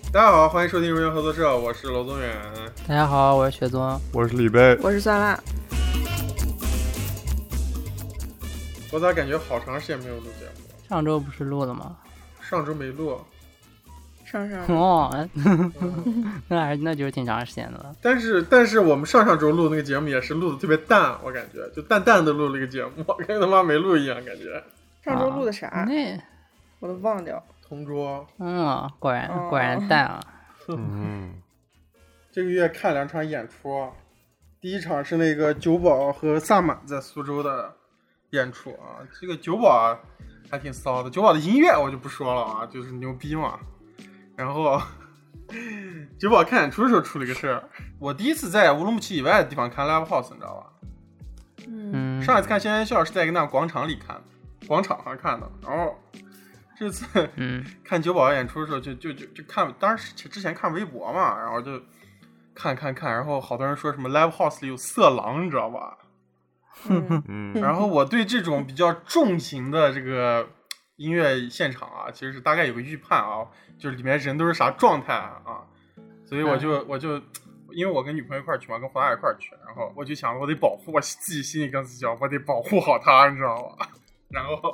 大家好，欢迎收听荣源合作社，我是娄宗远。 大家好，我是雪宗， 我是李贝， 我是酸辣。 我咋感觉好长时间没有录节目了？ 上周不是录了吗？ 上周没录。 上哦，那就是挺长时间的了。 但是我们上周录那个节目也是录的特别淡，我感觉就淡淡的录了一个节目，跟他妈没录一样感觉。 上周录的啥？ 那我都忘掉。 同桌。 果然淡啊。 这个月看2场演出，第一场是那个九宝和萨满在苏州的演出啊。这个九宝还挺骚的，九宝的音乐我就不说了啊，就是牛逼嘛。然后九宝看演出的时候出了一个事儿，我第一次在乌鲁木齐以外的地方看 live house， 你知道吧？上一次看仙人笑是在一个那广场里看的，广场上看的。然后这次看九宝演出的时候就看，当时之前看微博嘛，然后就看，然后好多人说什么 live house 里有色狼，你知道吧？然后我对这种比较重型的这个音乐现场啊，其实是大概有个预判啊，就是里面人都是啥状态啊，所以我就因为我跟女朋友一块去嘛，跟胡大一块去，然后我就想我得保护，我自己心里跟自己讲，我得保护好他，你知道吧？然后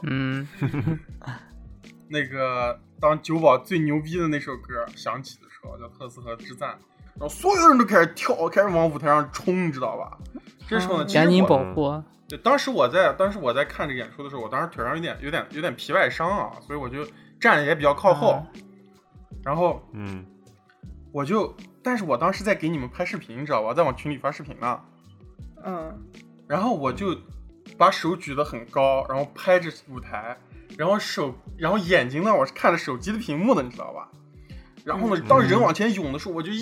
那个当九宝最牛逼的那首歌响起的时候，叫《特斯河之赞》，然后所有人都开始跳，开始往舞台上冲，你知道吧？这时候呢， 赶紧保护。 对，当时我在看这个演出的时候，我当时腿上有点皮外伤啊，所以我就站的也比较靠后。然后但是我当时在给你们拍视频，你知道吧？在往群里发视频呢。然后我就把手举得很高，然后拍着舞台，然后眼睛呢，我是看着手机的屏幕的，你知道吧？然后呢，当人往前涌的时候，我就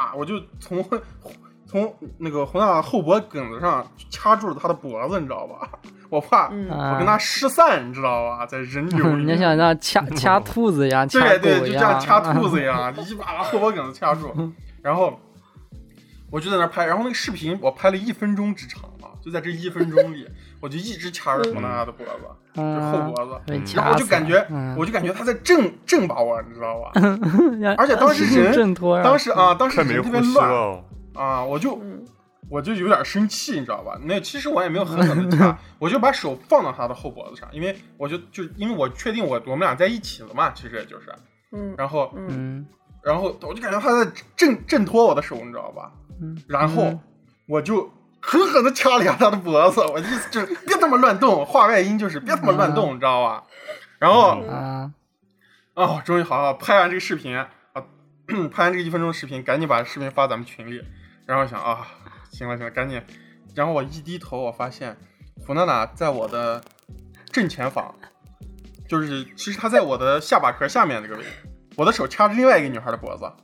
从那个洪大后脖梗子上掐住了他的脖子，你知道吧？我怕我跟他失散，你知道吧？在人流里， 你想像掐兔子一样，掐狗一样， 对，就这样掐兔子一样，一把把后脖梗子掐住，然后我就在那拍，然后那个视频我拍了1分钟之长啊，就在这1分钟里，我就一直掐着洪大的脖子，就后脖子，然后我就感觉他在震把我，你知道吧？而且当时人特别乱啊，我就有点生气，你知道吧？那其实我也没有狠狠的掐，我就把手放到他的后脖子上，因为因为我确定我们俩在一起了嘛，其实也就是，然后我就感觉他在挣脱我的手，你知道吧？然后我就狠狠的掐了一下他的脖子，我的意思就是别他妈乱动，话外音就是别他妈乱动，你知道吧？然后终于好拍完这个视频啊，拍完这个1分钟的视频，赶紧把视频发咱们群里。然后想行了，赶紧。然后我一低头，我发现胡娜娜在我的正前方，就是其实她在我的下巴壳下面那个位置，我的手掐着另外一个女孩的脖子。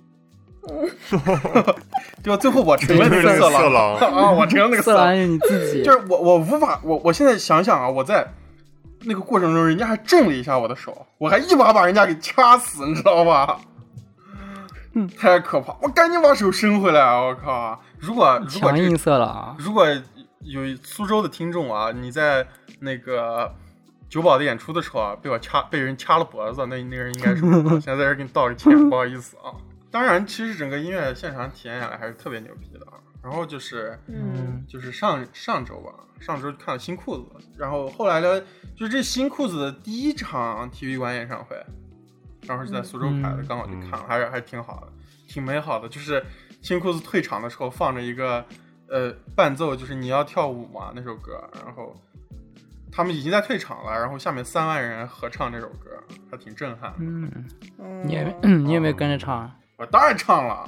就最后我成了那个色狼啊！我成了那个色狼是你自己。 就是我无法，我现在想想啊，我在那个过程中，人家还震了一下我的手，我还一把把人家给掐死，你知道吧？太可怕！我赶紧把手伸回来啊！我靠！如果强硬色狼， 如果有苏州的听众啊，你在那个九宝的演出的时候啊，被人掐了脖子，那个人应该是我，现在在这给你道个歉，不好意思啊。当然，其实整个音乐现场体验下来还是特别牛逼的啊。然后就是上周吧，上周看了新裤子，然后后来呢，就是这新裤子的第一场体育馆演唱会。当时是在苏州拍的，刚好去看了，还挺好的，挺美好的。就是新裤子退场的时候放着一个伴奏，就是你要跳舞嘛那首歌，然后他们已经在退场了，然后下面3万人合唱这首歌，还挺震撼。 你有没有跟着唱？ 我当然唱了。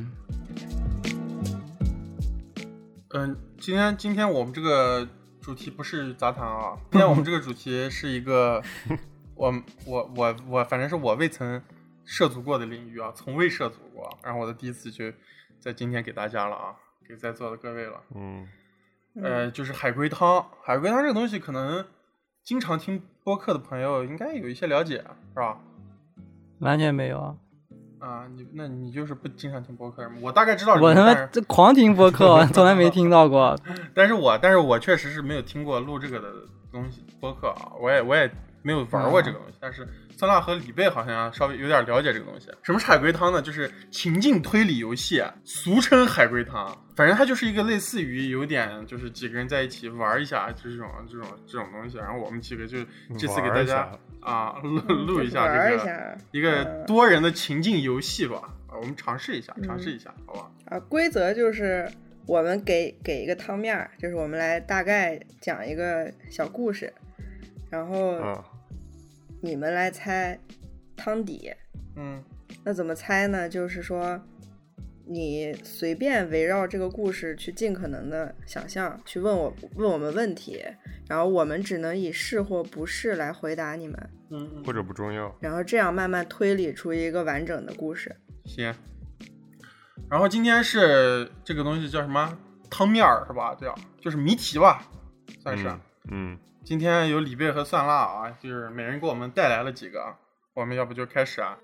今天我们这个主题不是杂谈啊，今天我们这个主题是一个。我反正是我未曾涉足过的领域啊，从未涉足过，然后我的第一次就在今天给大家了啊，给在座的各位了。就是海龟汤这个东西，可能经常听播客的朋友应该有一些了解，是吧？ 完全没有啊。你就是不经常听播客，我大概知道。 我他妈这狂听播客，从来没听到过。 但是我确实是没有听过录这个的东西播客啊，我也没有玩过这个东西，但是酸辣和李贝好像稍微有点了解这个东西。什么是海龟汤呢？就是情境推理游戏，俗称海龟汤。反正它就是一个类似于有点就是几个人在一起玩一下，就这种东西。然后我们几个就这次给大家录一下这个一个多人的情境游戏吧。我们尝试一下，好吧？ 规则就是我们给一个汤面，就是我们来大概讲一个小故事，然后你们来猜汤底。那怎么猜呢？就是说你随便围绕这个故事去尽可能的想象，去问我们问题，然后我们只能以是或不是来回答你们， 或者不重要， 然后这样慢慢推理出一个完整的故事。 行，然后今天是这个东西叫什么汤面是吧？对啊，就是谜题吧，算是。今天有李贝和蒜辣啊，就是每人给我们带来了几个，我们要不就开始啊？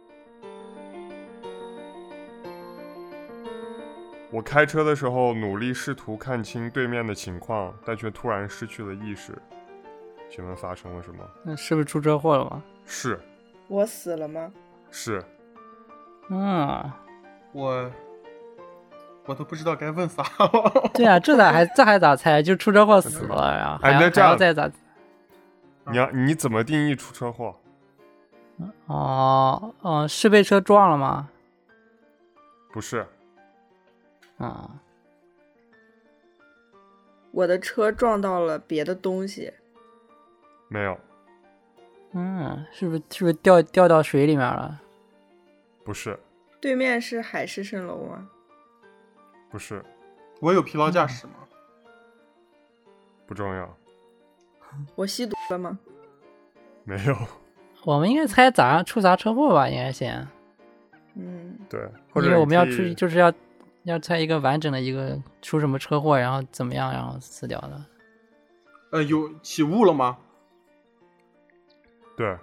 我开车的时候努力试图看清对面的情况，但却突然失去了意识。请问发生了什么？ 那是不是出车祸了吗？ 是。 我死了吗？ 是。 我都不知道该问啥了。 对啊，这还咋猜？就出车祸死了，然后还要再咋？ 你怎么定义出车祸？ 是被车撞了吗？ 不是。 我的车撞到了别的东西。 没有。 是不是掉到水里面了？ 不是。 对面是海市蜃楼吗？ 不是。 我有疲劳驾驶吗？ 不重要。 我吸毒了吗？ 没有。 我们应该猜咋样出啥车祸吧，应该先。 对。 因为我们要出就是要猜一个完整的一个出什么车祸，然后怎么样，然后死掉的。 有起雾了吗？ 对。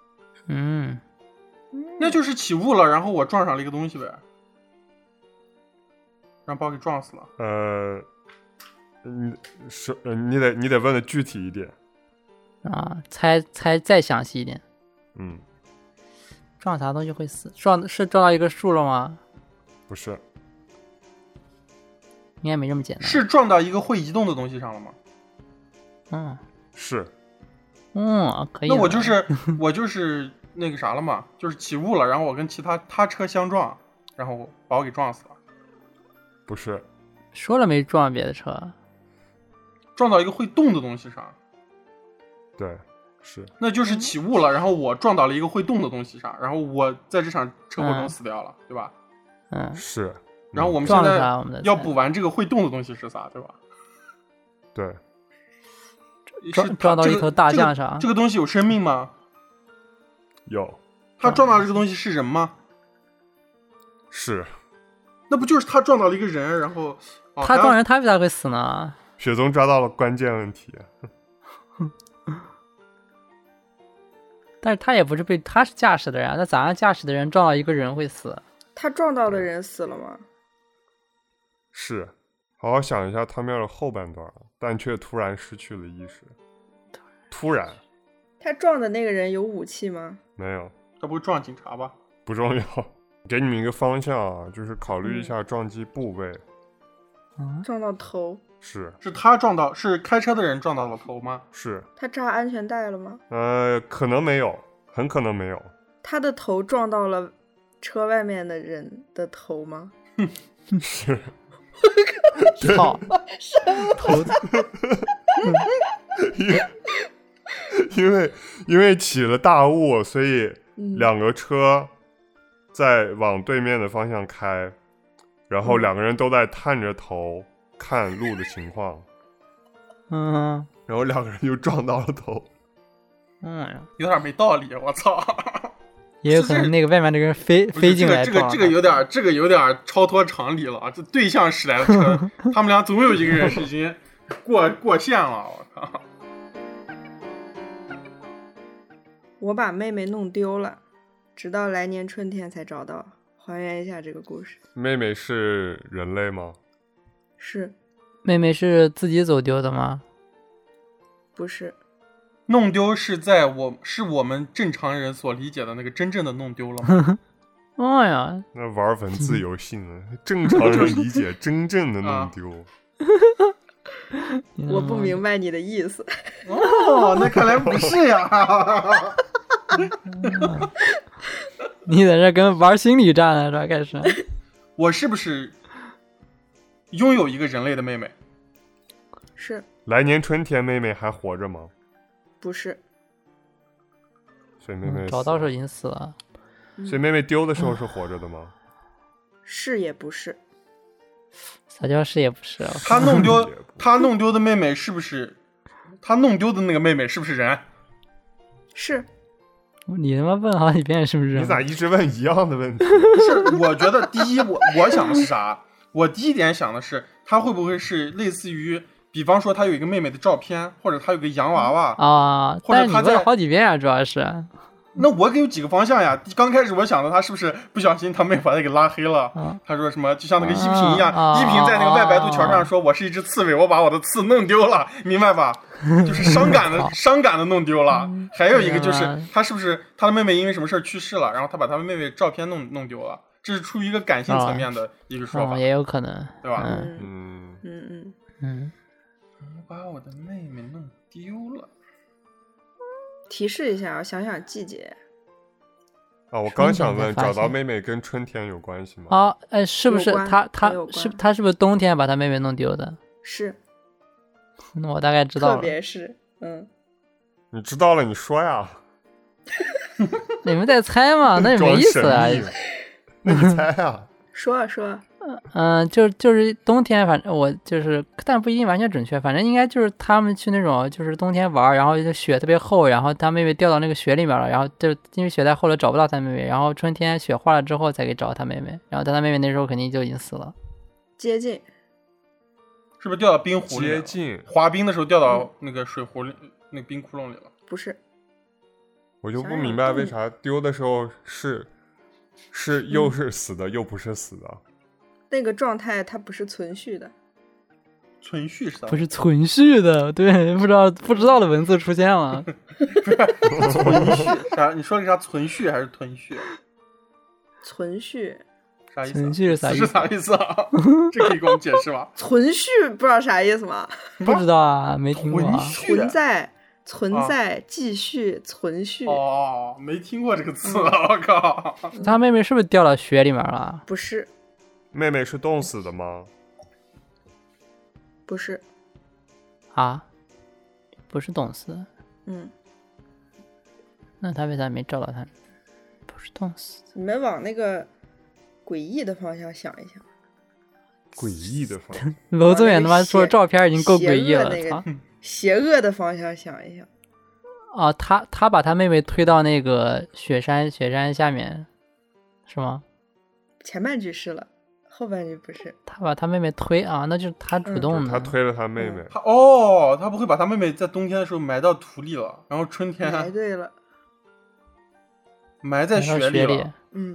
那就是起雾了，然后我撞上了一个东西呗，让把我给撞死了。 你得问的具体一点猜再详细一点。撞啥东西会死？撞到一个树了吗？ 不是。 应该没这么简单。 是撞到一个会移动的东西上了吗？ 是。 可以。 那我就是那个啥了嘛，就是起雾了，然后我跟他车相撞，然后把我给撞死了。 不是。 说了没撞别的车。 撞到一个会动的东西上。 对，是。 那就是起雾了，然后我撞到了一个会动的东西上，然后我在这场车祸中死掉了，对吧？ 是。 然后我们现在要补完这个会动的东西是啥，对吧？ 对。 撞到一头大象上。 这个东西有生命吗？ 有。 他撞到这个东西是人吗？ 是。 那不就是他撞到了一个人，然后他撞人，他为啥会死呢？ 雪宗抓到了关键问题。 但是他也不是他是驾驶的人，那咋样驾驶的人撞到一个人会死？ 他撞到的人死了吗？ 是。好好想一下汤面的后半段，但却突然失去了意识。突然。 他撞的那个人有武器吗？ 没有。 他不会撞警察吧？ 不重要。给你们一个方向啊，就是考虑一下撞击部位。 撞到头。 是他撞到，是开车的人撞到了头吗？ 是。 他扎安全带了吗？ 可能没有，很可能没有。 他的头撞到了车外面的人的头吗？ 是。 好。头。 因为起了大雾，所以两个车在往对面的方向开，然后两个人都在探着头看路的情况。然后两个人就撞到了头。 有点没道理，我操。 也有可能那个外面那个人飞进来撞。 这个有点超脱常理了。这对向驶来的车，他们俩总有一个人是已经过线了，我靠。 我把妹妹弄丢了，直到来年春天才找到。还原一下这个故事。 妹妹是人类吗？ 是。 妹妹是自己走丢的吗？ 不是。 弄丢是我们正常人所理解的那个真正的弄丢了吗？ 哦呀， 那玩文字游戏呢？正常人理解真正的弄丢。 我不明白你的意思。 哦，那看来不是呀。 你在这跟玩心理战了，这开始。 我是不是拥有一个人类的妹妹？ 是。 来年春天妹妹还活着吗？ 不是。 所以妹妹找到时候已经死了。 所以妹妹丢的时候是活着的吗？ 是也不是。 撒娇是也不是。 他弄丢的妹妹是不是？他弄丢的那个妹妹是不是人？ 是。 你他妈问好几遍是不是人？ 你咋一直问一样的问题？ 是，我觉得第一，我想的是啥？我第一点想的是，他会不会是类似于，比方说他有一个妹妹的照片，或者他有个洋娃娃啊？ 或者他但是你问了好几遍啊，主要是。 那我给有几个方向呀？刚开始我想的他是不是不小心他妹把他给拉黑了？他说什么就像那个依萍一样，依萍在那个外白渡桥上说：“我是一只刺猬，我把我的刺弄丢了。”明白吧？就是伤感的弄丢了。还有一个就是他是不是他的妹妹因为什么事去世了，然后他把他妹妹照片弄丢了？这是出于一个感性层面的一个说法， 也有可能， 对吧？ 我把我的妹妹弄丢了。 提示一下，想想季节。 我刚想问，找到妹妹跟春天有关系吗？ 是不是他是不是冬天把他妹妹弄丢的？ 是。 那我大概知道了。 特别是， 你知道了，你说呀。 你们在猜嘛？那也没意思啊。 那你猜啊。 说啊说。 就是冬天，反正我就是，但不一定完全准确，反正应该就是他们去那种就是冬天玩，然后雪特别厚，然后他妹妹掉到那个雪里面了，然后就因为雪太厚了找不到他妹妹，然后春天雪化了之后才给找他妹妹，然后他妹妹那时候肯定就已经死了。 接近。 是不是掉到冰湖里？ 接近。 滑冰的时候掉到那个水壶里，那个冰窟窿里了？ 不是。 我就不明白为啥丢的时候是又是死的，又不是死的。 那个状态它不是存续的。 存续是啥？ 不是存续的，对，不知道的文字出现了。 存续啥？你说的是啥？存续还是吞续？ 存续啥意思？ 存续是啥意思？ 是啥意思啊？这可以给我们解释吗？ 存续不知道啥意思吗？ 不知道啊，没听过啊。 存在，继续，存续。 哦，没听过这个词，我靠！ 他妹妹是不是掉到雪里面了？ 不是。 妹妹是冻死的吗？ 不是。 啊？不是冻死的。那他为啥没找到他？不是冻死的。 你们往那个诡异的方向想一想。 诡异的方向？ 娄宗远他妈说照片已经够诡异了，操！ 邪恶的方向想一想。 他把他妹妹推到那个雪山下面，是吗？ 前半句是了。后半句不是， 他把他妹妹推啊，那就是他主动的。 他推了他妹妹。 他不会把他妹妹在冬天的时候埋到土里了，然后春天埋对了， 埋在雪里了。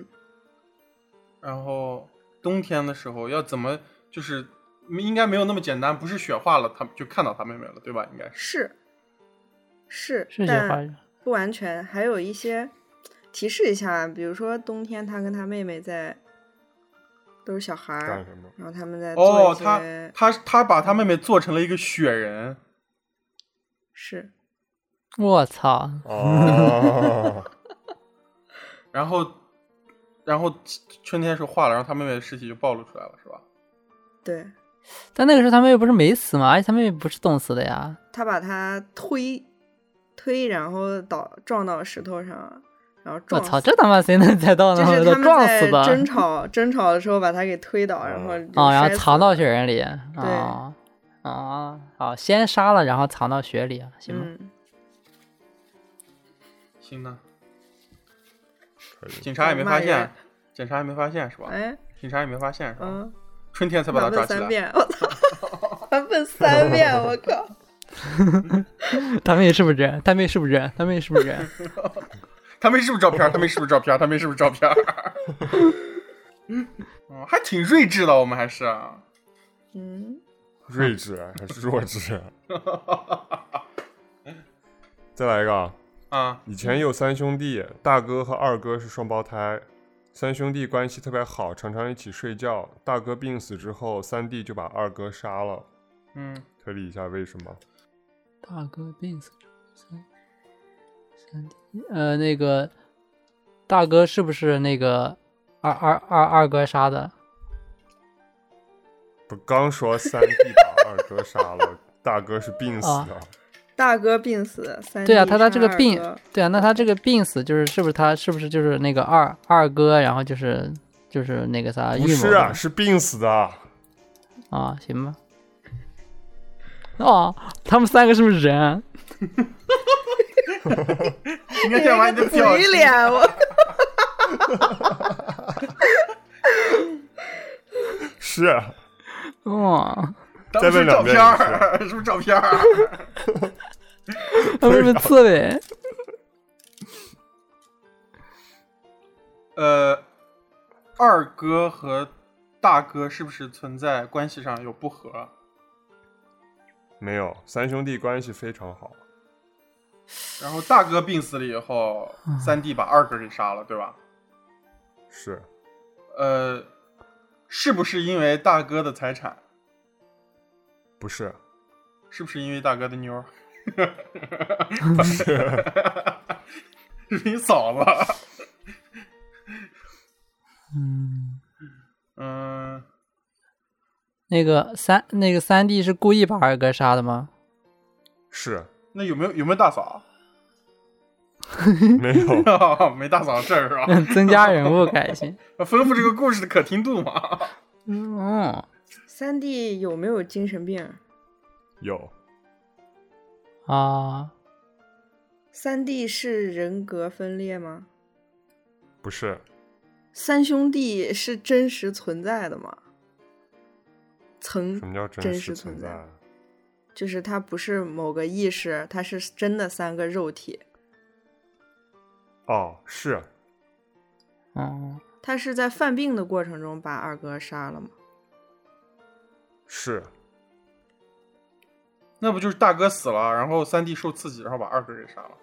然后冬天的时候要怎么，就是应该没有那么简单，不是雪化了他就看到他妹妹了，对吧？应该是雪化， 不完全，还有一些提示一下，比如说冬天他跟他妹妹在。都是小孩儿，然后他们在做一些他把他妹妹做成了一个雪人， 是， 我操！ 然后春天时候化了，然后他妹妹的尸体就暴露出来了，是吧？ 对。 但那个时候他妹妹不是没死吗？而且他妹妹不是冻死的呀。 他把他推，然后撞到石头上。然后撞死。 我操，这他妈谁能猜到呢？ 就是他们在撞死的争吵的时候把他给推倒，然后然后藏到雪人里。 对。 好，先杀了，然后藏到雪里，行吗？ 行呢。警察也没发现，是吧？警察也没发现是吧？春天才把他抓起来。 问3遍，我操！他问3遍，我靠！ 他妹是不是人？他妹是不是人？他妹是不是人？ 他妹是不是照片？他妹是不是照片？他妹是不是照片？还挺睿智的，我们还是。 睿智还是弱智？ 再来一个啊！ 以前有3兄弟，大哥和二哥是双胞胎，3兄弟关系特别好，常常一起睡觉。大哥病死之后，3弟就把二哥杀了。推理一下为什么？ 大哥病死，3弟，那个大哥是不是那个二哥杀的？ 不，刚说3弟把二哥杀了，大哥是病死的。 大哥病死，3弟对啊，他这个病，对啊，那他这个病死是不是就是那个二哥，然后就是那个啥？ 不是啊，是病死的。 啊，行吧。哦，他们3个是不是人？ 应该讲完你的表情。 脸我。 是啊。 哇！ 再问2遍， 是不是照片？ 他们是刺猬。 二哥和大哥是不是存在关系上有不和？ 没有，3兄弟关系非常好。 然后大哥病死了以后，3弟把二哥给杀了，对吧？ 是。 是不是因为大哥的财产？ 不是。 是不是因为大哥的妞？ 不是。 是你嫂子。 那个三弟是故意把二哥杀的吗？ 是。 那有没有大嫂？ 没有。 没大嫂事儿是吧？ 增加人物改性， 丰富这个故事的可听度嘛。 3弟有没有精神病？ 有。 啊。 3弟是人格分裂吗？ 不是。 3兄弟是真实存在的吗？ 什么叫真实存在？ 就是它不是某个意识，它是真的3个肉体。 哦，是。 他是在犯病的过程中把二哥杀了吗？ 是。 那不就是大哥死了，然后3弟受刺激，然后把二哥给杀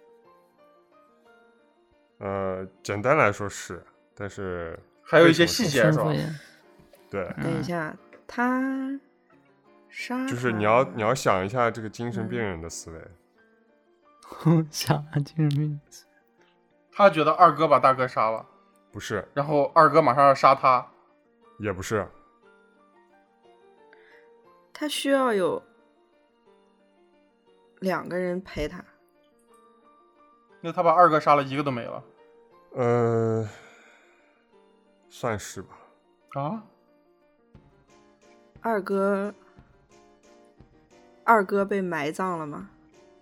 了？简单来说是，但是还有一些细节是吧？ 对。 等一下，他杀就是你要想一下这个精神病人的思维。 想精神病。 他觉得二哥把大哥杀了。 不是。 然后二哥马上要杀他。 也不是。 他需要有2个人陪他。 那他把二哥杀了，一个都没了。 算是吧。 啊？ 二哥被埋葬了吗？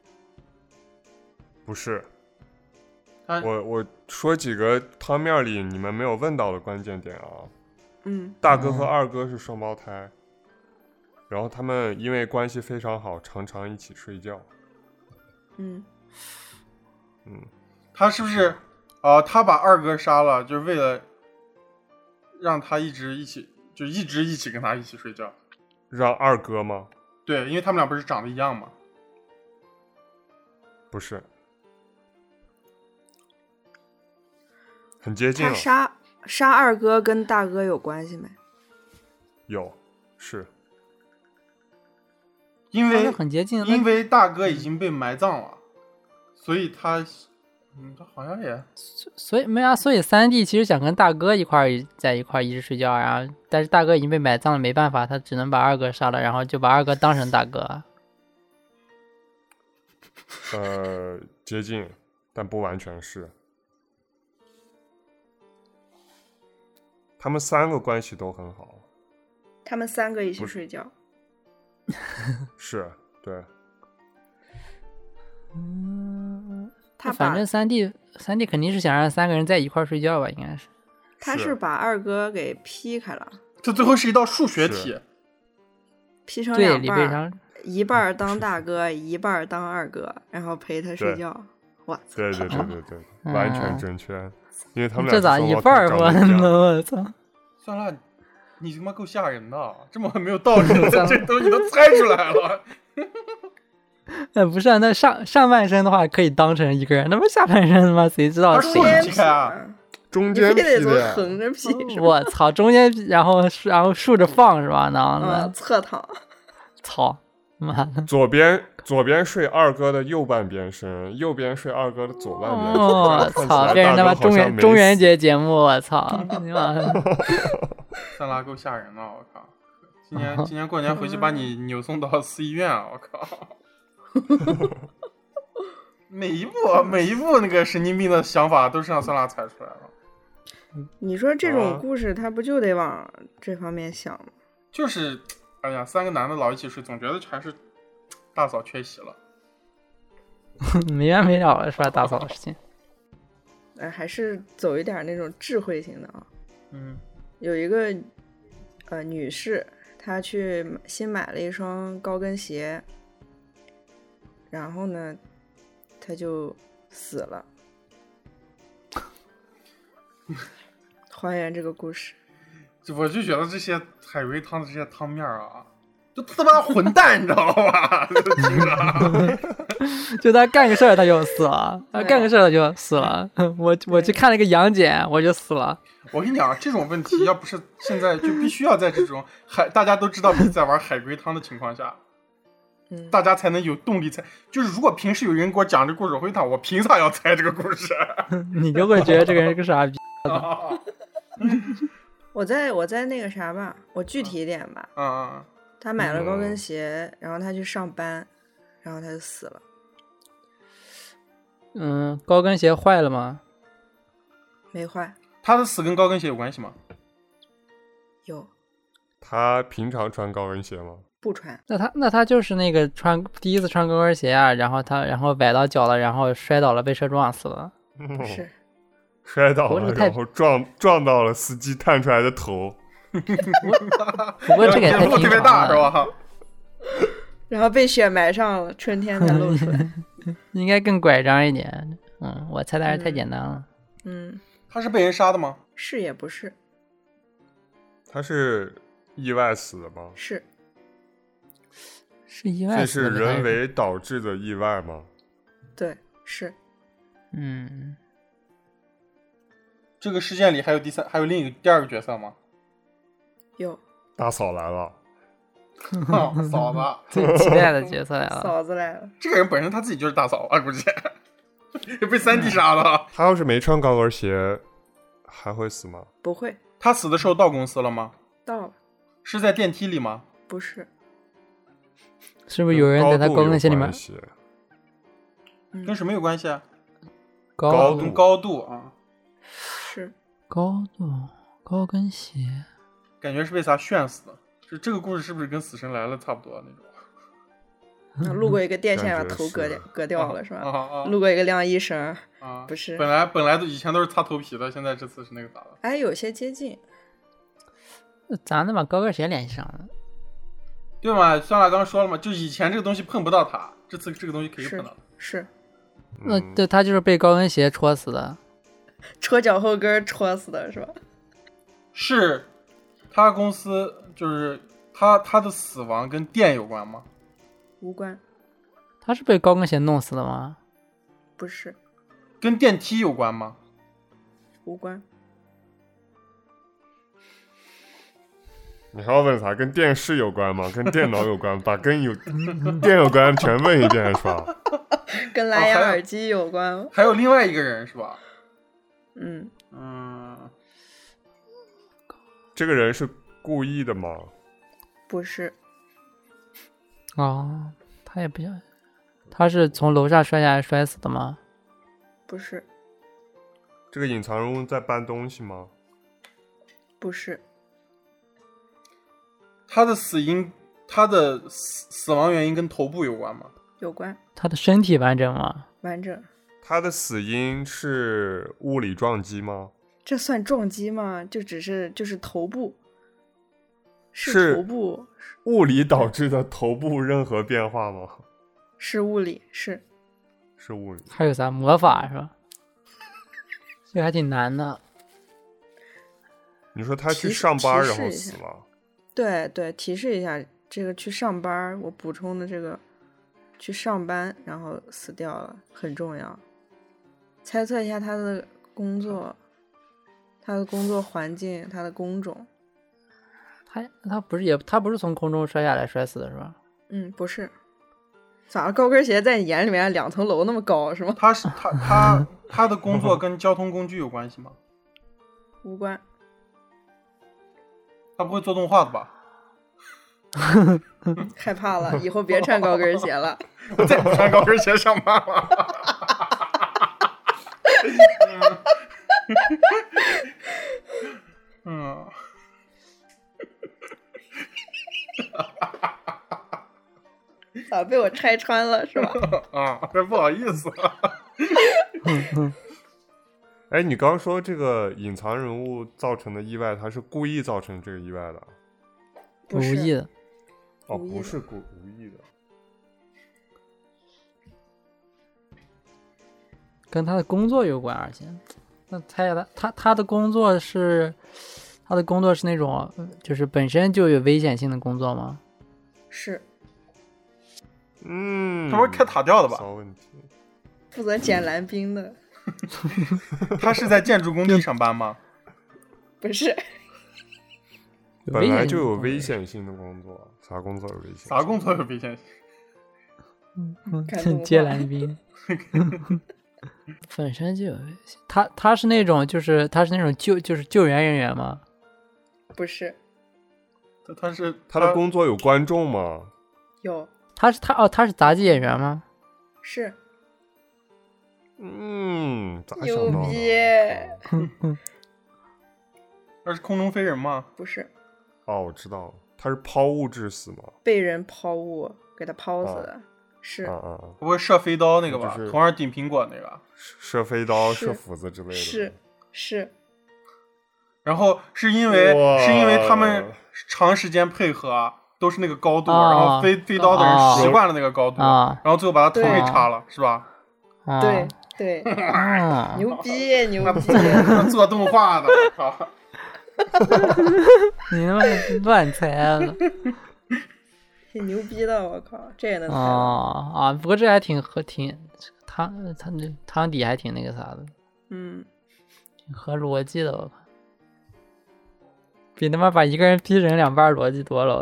不是。我说几个汤面里你们没有问到的关键点啊。大哥和二哥是双胞胎，然后他们因为关系非常好，常常一起睡觉。 他是不是他把二哥杀了，就是为了让他一直一起跟他一起睡觉？ 让二哥吗？ 对，因为他们俩不是长得一样吗？ 不是。很接近了。 他杀二哥跟大哥有关系没？ 有。是。 因为很接近， 因为大哥已经被埋葬了，所以他好像也， 所以没啊，所以3弟其实想跟大哥在一块一直睡觉，然后但是大哥已经被埋葬了，没办法，他只能把二哥杀了，然后就把二哥当成大哥。 接近，但不完全是。他们3个关系都很好。 他们3个一起睡觉。 是，对。 反正3弟肯定是想让3个人在一块睡觉吧，应该是。 他是把二哥给劈开了。 这最后是一道数学题。 劈成2 半， 一半当大哥，一半当二哥，然后陪他睡觉。哇！ 对，完全正确。因为他们俩这咋一半分呢？我操！ 算了，你他妈够吓人的，这么没有道理的这东西都猜出来了。 不是啊，那上半身的话可以当成一个人，那么下半身他妈谁知道谁？ 中间劈的， 横着劈。 我操，中间然后竖着放是吧？那侧躺。 操，妈的！ 左边睡二哥的右半边身，右边睡二哥的左半边身。 我操，变成他妈中元节节目，我操！你妈的， 酸辣够吓人了，我靠！今年过年回去把你扭送到四医院啊！我靠！每一步那个神经病的想法都是让酸辣踩出来了。 你说这种故事，他不就得往这方面想吗？ 就是，哎呀，3个男的老一起睡，总觉得还是大嫂缺席了， 没完没了了，是吧？大嫂的事情。 还是走一点那种智慧型的啊。有一个女士，她去新买了一双高跟鞋，然后呢，她就死了。还原这个故事， 我就觉得这些海龟汤的这些汤面啊，都他妈混蛋，你知道吧？ 就他干个事儿他就死了，干个事儿他就死了。我去看了一个杨戬，我就死了。 我跟你讲，这种问题要不是现在就必须要在这种大家都知道你在玩海龟汤的情况下，大家才能有动力猜。就是如果平时有人给我讲这故事，我会想我凭啥要猜这个故事？ 你就会觉得这个人是个傻逼。 我在那个啥吧，我具体一点吧。他买了高跟鞋，然后他去上班，然后他就死了。 高跟鞋坏了吗？ 没坏。 他的死跟高跟鞋有关系吗？ 有。 他平常穿高跟鞋吗？ 不穿。 那他就是那个第一次穿高跟鞋啊，然后崴到脚了，然后摔倒了，被车撞死了。 不是。 摔倒了，然后撞到了司机探出来的头。 不过这个也太平常了， 特别大是吧？ 然后被雪埋上了，春天才露出来。 应该更拐张一点。我猜的还是太简单了。 他是被人杀的吗？ 是也不是。 他是意外死的吗？ 是意外死的。 这是人为导致的意外吗？ 对，是。 这个事件里还有第二个角色吗？ 有。 大嫂来了。 嫂子， 最期待的角色来了。 嫂子来了。 这个人本身他自己就是大嫂啊，估计也被3D 杀了。 他要是没穿高跟鞋，还会死吗？ 不会。 他死的时候到公司了吗？ 到了。 是在电梯里吗？ 不是。 是不是有人在他高跟鞋里面？ 跟什么有关系啊？ 跟高度啊。 是。 高度，高跟鞋。 感觉是被啥炫死的？这个故事是不是跟《死神来了》差不多那种？ 路过一个电线把头割掉了是吧？路过一个晾衣绳不是。 本来以前都是擦头皮的，现在这次是那个咋了？ 有些接近。 咋能把高跟鞋联系上了？ 对嘛？酸辣刚刚说了嘛，就以前这个东西碰不到它，这次这个东西可以碰到。 是。 对，他就是被高跟鞋戳死的。 戳脚后跟戳死的是吧？ 是。他公司就是他的死亡跟电有关吗？ 无关。 他是被高跟鞋弄死的吗？ 不是。 跟电梯有关吗？ 无关。 你还要问啥？跟电视有关吗？跟电脑有关？把跟电有关全问一遍是吧？ 跟蓝牙耳机有关吗？ 还有另外一个人是吧？ 这个人是故意的吗？ 不是。 他也不想。他是从楼上摔下来摔死的吗？ 不是。 这个隐藏人物在搬东西吗？ 不是。 他的死亡原因跟头部有关吗？ 有关。 他的身体完整吗？ 完整。 他的死因是物理撞击吗？ 这算撞击吗？就是头部。是头部。 物理导致的头部任何变化吗？ 是物理。是物理。 还有啥魔法是吧？这还挺难的。 你说他去上班然后死了？ 对，提示一下，这个去上班我补充的这个去上班，然后死掉了，很重要。猜测一下他的工作，他的工作环境，他的工种。 他不是从空中摔下来摔死的是吧？ 不是。咋了？高跟鞋在你眼里面2层楼那么高是吗？ 他的工作跟交通工具有关系吗？ 无关。 他不会做动画的吧？ 害怕了，以后别穿高跟鞋了。 我再不穿高跟鞋上班了。 咋被我拆穿了是吧？ 这不好意思。 哎，你刚说这个隐藏人物造成的意外，他是故意造成这个意外的？ 无意的。 不是无意的。 跟他的工作有关，而且那猜一下他的工作是那种就是本身就有危险性的工作吗？ 是。 他不是开塔吊的吧？ 负责捡蓝冰的。 他是在建筑工地上班吗？ 不是。 本来就有危险性的工作，啥工作有危险性？ 啥工作有危险性？接蓝冰。本身就有危险。他是那种他是那种救援人员吗？ 不是。 他的工作有观众吗？ 有。 他是杂技演员吗？ 是。 咋想到的？ 牛逼！ 他是空中飞人吗？ 不是。 我知道了，他是抛物致死吗？ 被人抛物给他抛死的。是。 不会射飞刀那个吧？从而顶苹果那个。 射飞刀、射斧子之类的。 是。 然后是因为他们长时间配合。都是那个高度，然后飞刀的人习惯了那个高度，然后最后把他头给插了，是吧？ 对，牛逼牛逼！ 做动画的，我靠！ 你他妈乱猜了， 挺牛逼的，我靠，这也能猜不过这还挺汤底还挺那个啥的，挺合逻辑的，我靠。比他妈把一个人劈成2半逻辑多了。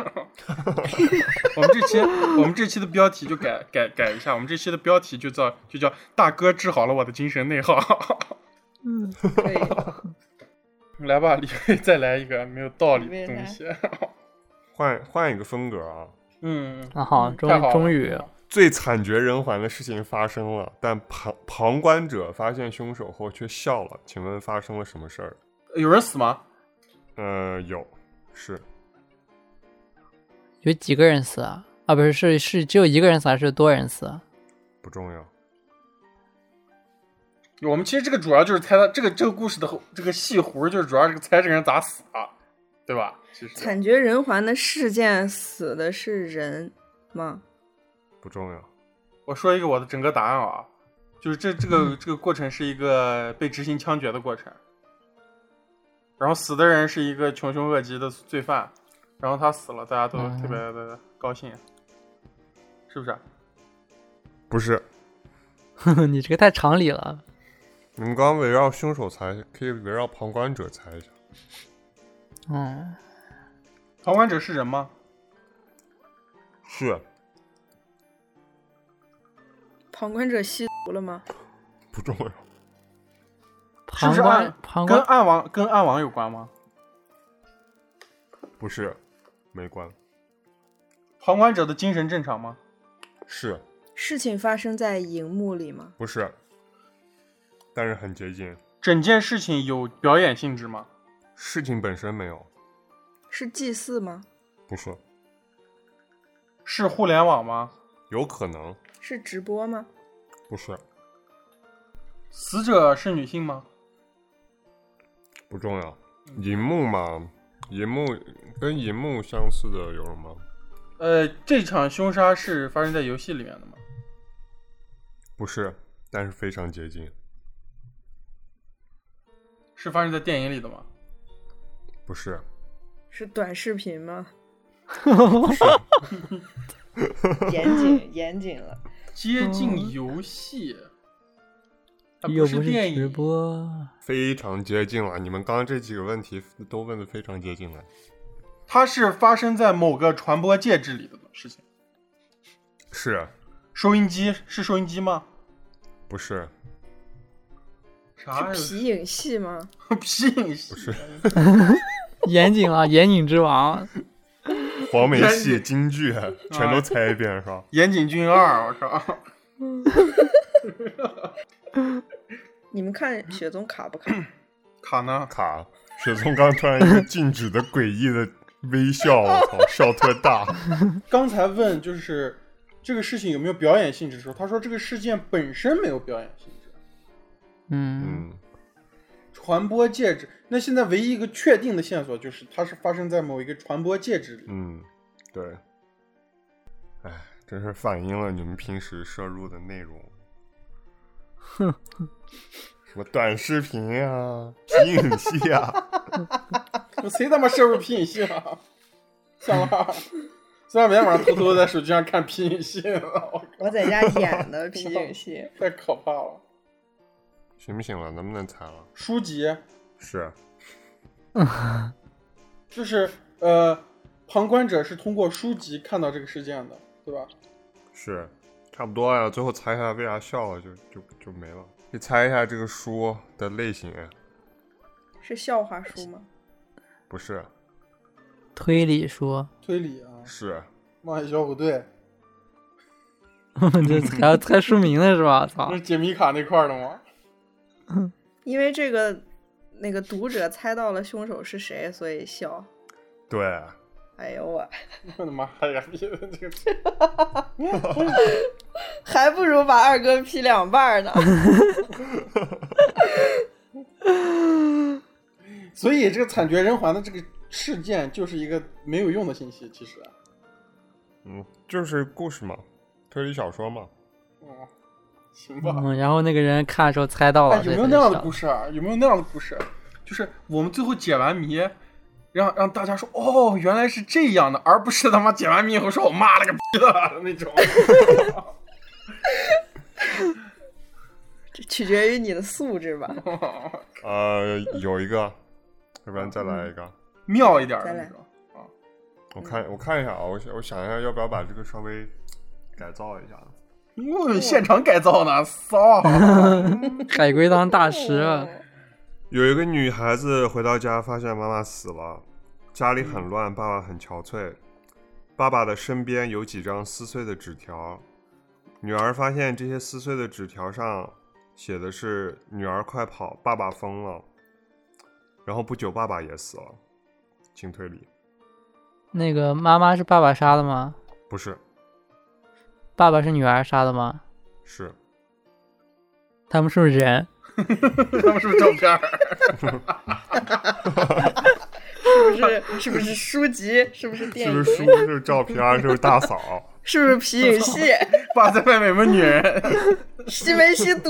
我们这期的标题就改一下，我们这期的标题就叫大哥治好了我的精神内耗。 可以。 来吧，李卫，再来一个没有道理的东西。 换一个风格啊。 好，终于最惨绝人寰的事情发生了，但旁观者发现凶手后却笑了。请问发生了什么事儿？ 有人死吗？ 有几个人死啊？不是只有一个人死还是多人死啊？ 不重要。 我们其实这个主要就是猜他这个故事的这个戏弧，就是主要是猜这个人咋死啊，对吧？其实惨绝人寰的事件死的是人吗？ 不重要。 我说一个我的整个答案啊，就是这个过程是一个被执行枪决的过程。然后死的人是一个穷凶恶极的罪犯，然后他死了，大家都特别的高兴，是不是？ 不是。 你这个太常理了。 你们刚围绕凶手猜，可以围绕旁观者猜一下。 旁观者是人吗？ 是。 旁观者吸毒了吗？ 不重要。 是不是跟暗网有关吗？ 不是，没关。 旁观者的精神正常吗？ 是。 事情发生在荧幕里吗？ 不是，但是很接近。 整件事情有表演性质吗？ 事情本身没有。 是祭祀吗？ 不是。 是互联网吗？ 有可能。 是直播吗？ 不是。 死者是女性吗？ 不重要。荧幕嘛，跟荧幕相似的有人吗？ 这场凶杀是发生在游戏里面的吗？ 不是，但是非常接近。 是发生在电影里的吗？ 不是。 是短视频吗？ 严谨了。 接近游戏， 又不是电影直播， 非常接近了。你们刚刚这几个问题都问的非常接近了。 它是发生在某个传播介质里的事情。 是。 收音机是收音机吗？ 不是。 啥？ 是皮影戏吗？ 皮影戏不是。 严谨啊，严谨之王。 黄梅戏、京剧全都猜一遍是吧？ 岩井俊二，我靠！ 你们看雪宗卡不卡？ 卡呢？ 卡。雪宗刚突然一个静止的诡异的微笑，我操，笑特大。 刚才问就是这个事情有没有表演性质的时候，他说这个事件本身没有表演性质。传播介质，那现在唯一一个确定的线索就是它是发生在某一个传播介质里。 对。哎，真是反映了你们平时摄入的内容。什么短视频啊，皮影戏啊。 谁他妈摄入皮影戏了？算了，虽然每天晚上偷偷在手机上看皮影戏了。 我在家演的皮影戏， 太可怕了。 行不行了？能不能猜了？ 书籍是， 就是旁观者是通过书籍看到这个事件的，对吧？ 是，差不多呀。最后猜一下为啥笑了，就没了。你猜一下这个书的类型。 是笑话书吗？ 不是。 推理书。 推理啊。 是。 冒险小虎队。 这还要猜书名的是吧？操！ 是解谜卡那块的吗？ 因为那个读者猜到了凶手是谁，所以笑。 对。 哎呦我的妈呀！这个还不如把二哥劈两半呢。 所以这个惨绝人寰的这个事件就是一个没有用的信息，其实。 就是故事嘛，推理小说嘛。 行吧。 然后那个人看的时候猜到了。 有没有那样的故事啊？有没有那样的故事？就是我们最后解完谜，让大家说哦，原来是这样的，而不是他妈解完谜以后说我妈了个逼的那种。 这取决于你的素质吧。 有一个，要不然再来一个妙一点的那种。 我看一下啊，我想一下要不要把这个稍微改造一下。 现场改造呢，骚！ 海龟汤大师。 有一个女孩子回到家，发现妈妈死了，家里很乱，爸爸很憔悴，爸爸的身边有几张撕碎的纸条，女儿发现这些撕碎的纸条上写的是女儿快跑，爸爸疯了，然后不久爸爸也死了，请推理。 那个妈妈是爸爸杀的吗？ 不是。 爸爸是女儿杀的吗？ 是。 他们是不是人？ 他们是不是照片？ 是不是书籍？是不是电影？ 是不是书？是不是照片？是不是大嫂？ 是不是皮影戏？ 爸在外面有没有女人？ 吸没吸毒？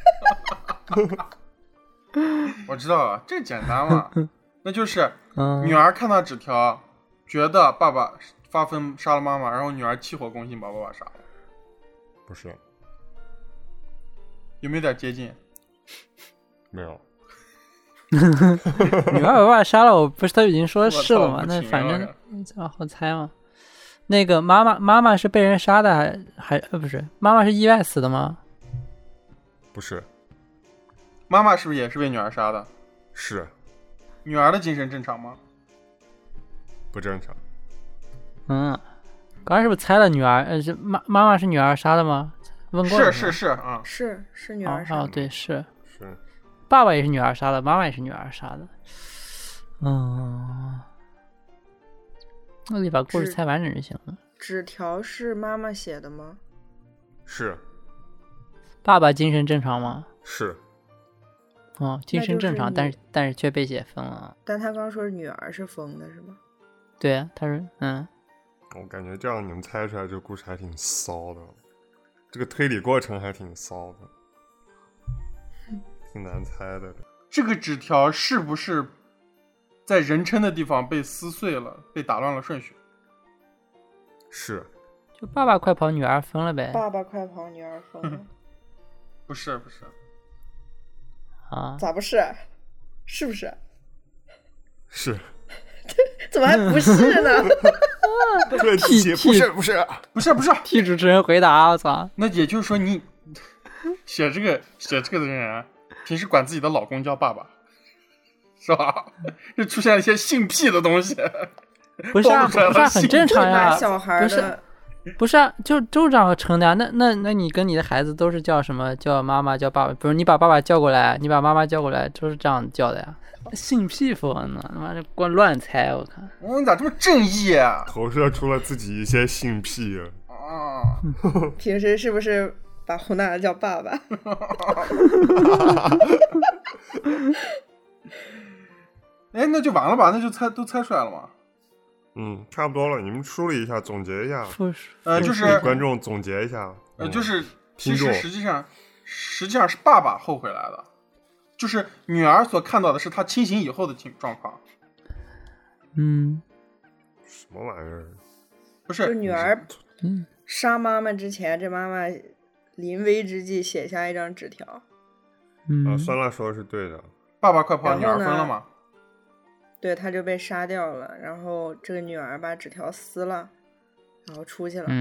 我知道了，这简单嘛，那就是女儿看到纸条，觉得爸爸发疯杀了妈妈，然后女儿气火攻心把爸爸杀了。 不是。 有没有点接近？ 没有。 女儿把爸爸杀了，我不是他已经说是了吗？那反正好猜嘛。那个妈妈是被人杀的还不是？妈妈是意外死的吗？ 不是。 妈妈是不是也是被女儿杀的？ 是。 女儿的精神正常吗？ 不正常。 刚才是不是猜了女儿？是妈妈是女儿杀的吗？问过了是啊， 是女儿杀的。 对是。 是。 爸爸也是女儿杀的，妈妈也是女儿杀的。那你把故事猜完整就行了。 纸条是妈妈写的吗？ 是。 爸爸精神正常吗？ 是。 精神正常，但是却被解封了。 但他刚说女儿是疯的是吗？ 对啊，他说我感觉这样你们猜出来这个故事还挺骚的，这个推理过程还挺骚的，挺难猜的。 这个纸条是不是在人称的地方被撕碎了，被打乱了顺序？ 是。 就爸爸快跑，女儿疯了呗。 爸爸快跑，女儿疯了。 不是啊？ 咋不是？是不是？ 是。 怎么还不是呢？ 对，不是， 替主持人回答，我操！ 那也就是说，你写这个的人，平时管自己的老公叫爸爸，是吧？就出现了一些性癖的东西。 不是啊，很正常呀。 小孩的不是啊，就这样成的。那你跟你的孩子都是叫什么？叫妈妈，叫爸爸？不是你把爸爸叫过来，你把妈妈叫过来，都是这样叫的呀。性癖风呢？他妈的光乱猜，我看。 你咋这么正义啊？ 投射出了自己一些性癖啊！ 平时是不是把胡娜叫爸爸？ 哎，那就完了吧？那就都猜出来了吗？ 差不多了。你们梳理一下，总结一下。 就是观众总结一下。 就是其实实际上是爸爸后悔来的。就是女儿所看到的是她清醒以后的状况。 什么玩意儿？ 不是， 就女儿杀妈妈之前，这妈妈临危之际写下一张纸条。 酸辣说的是对的。 爸爸快跑，女儿疯了吗？ 对，他就被杀掉了。然后这个女儿把纸条撕了，然后出去了。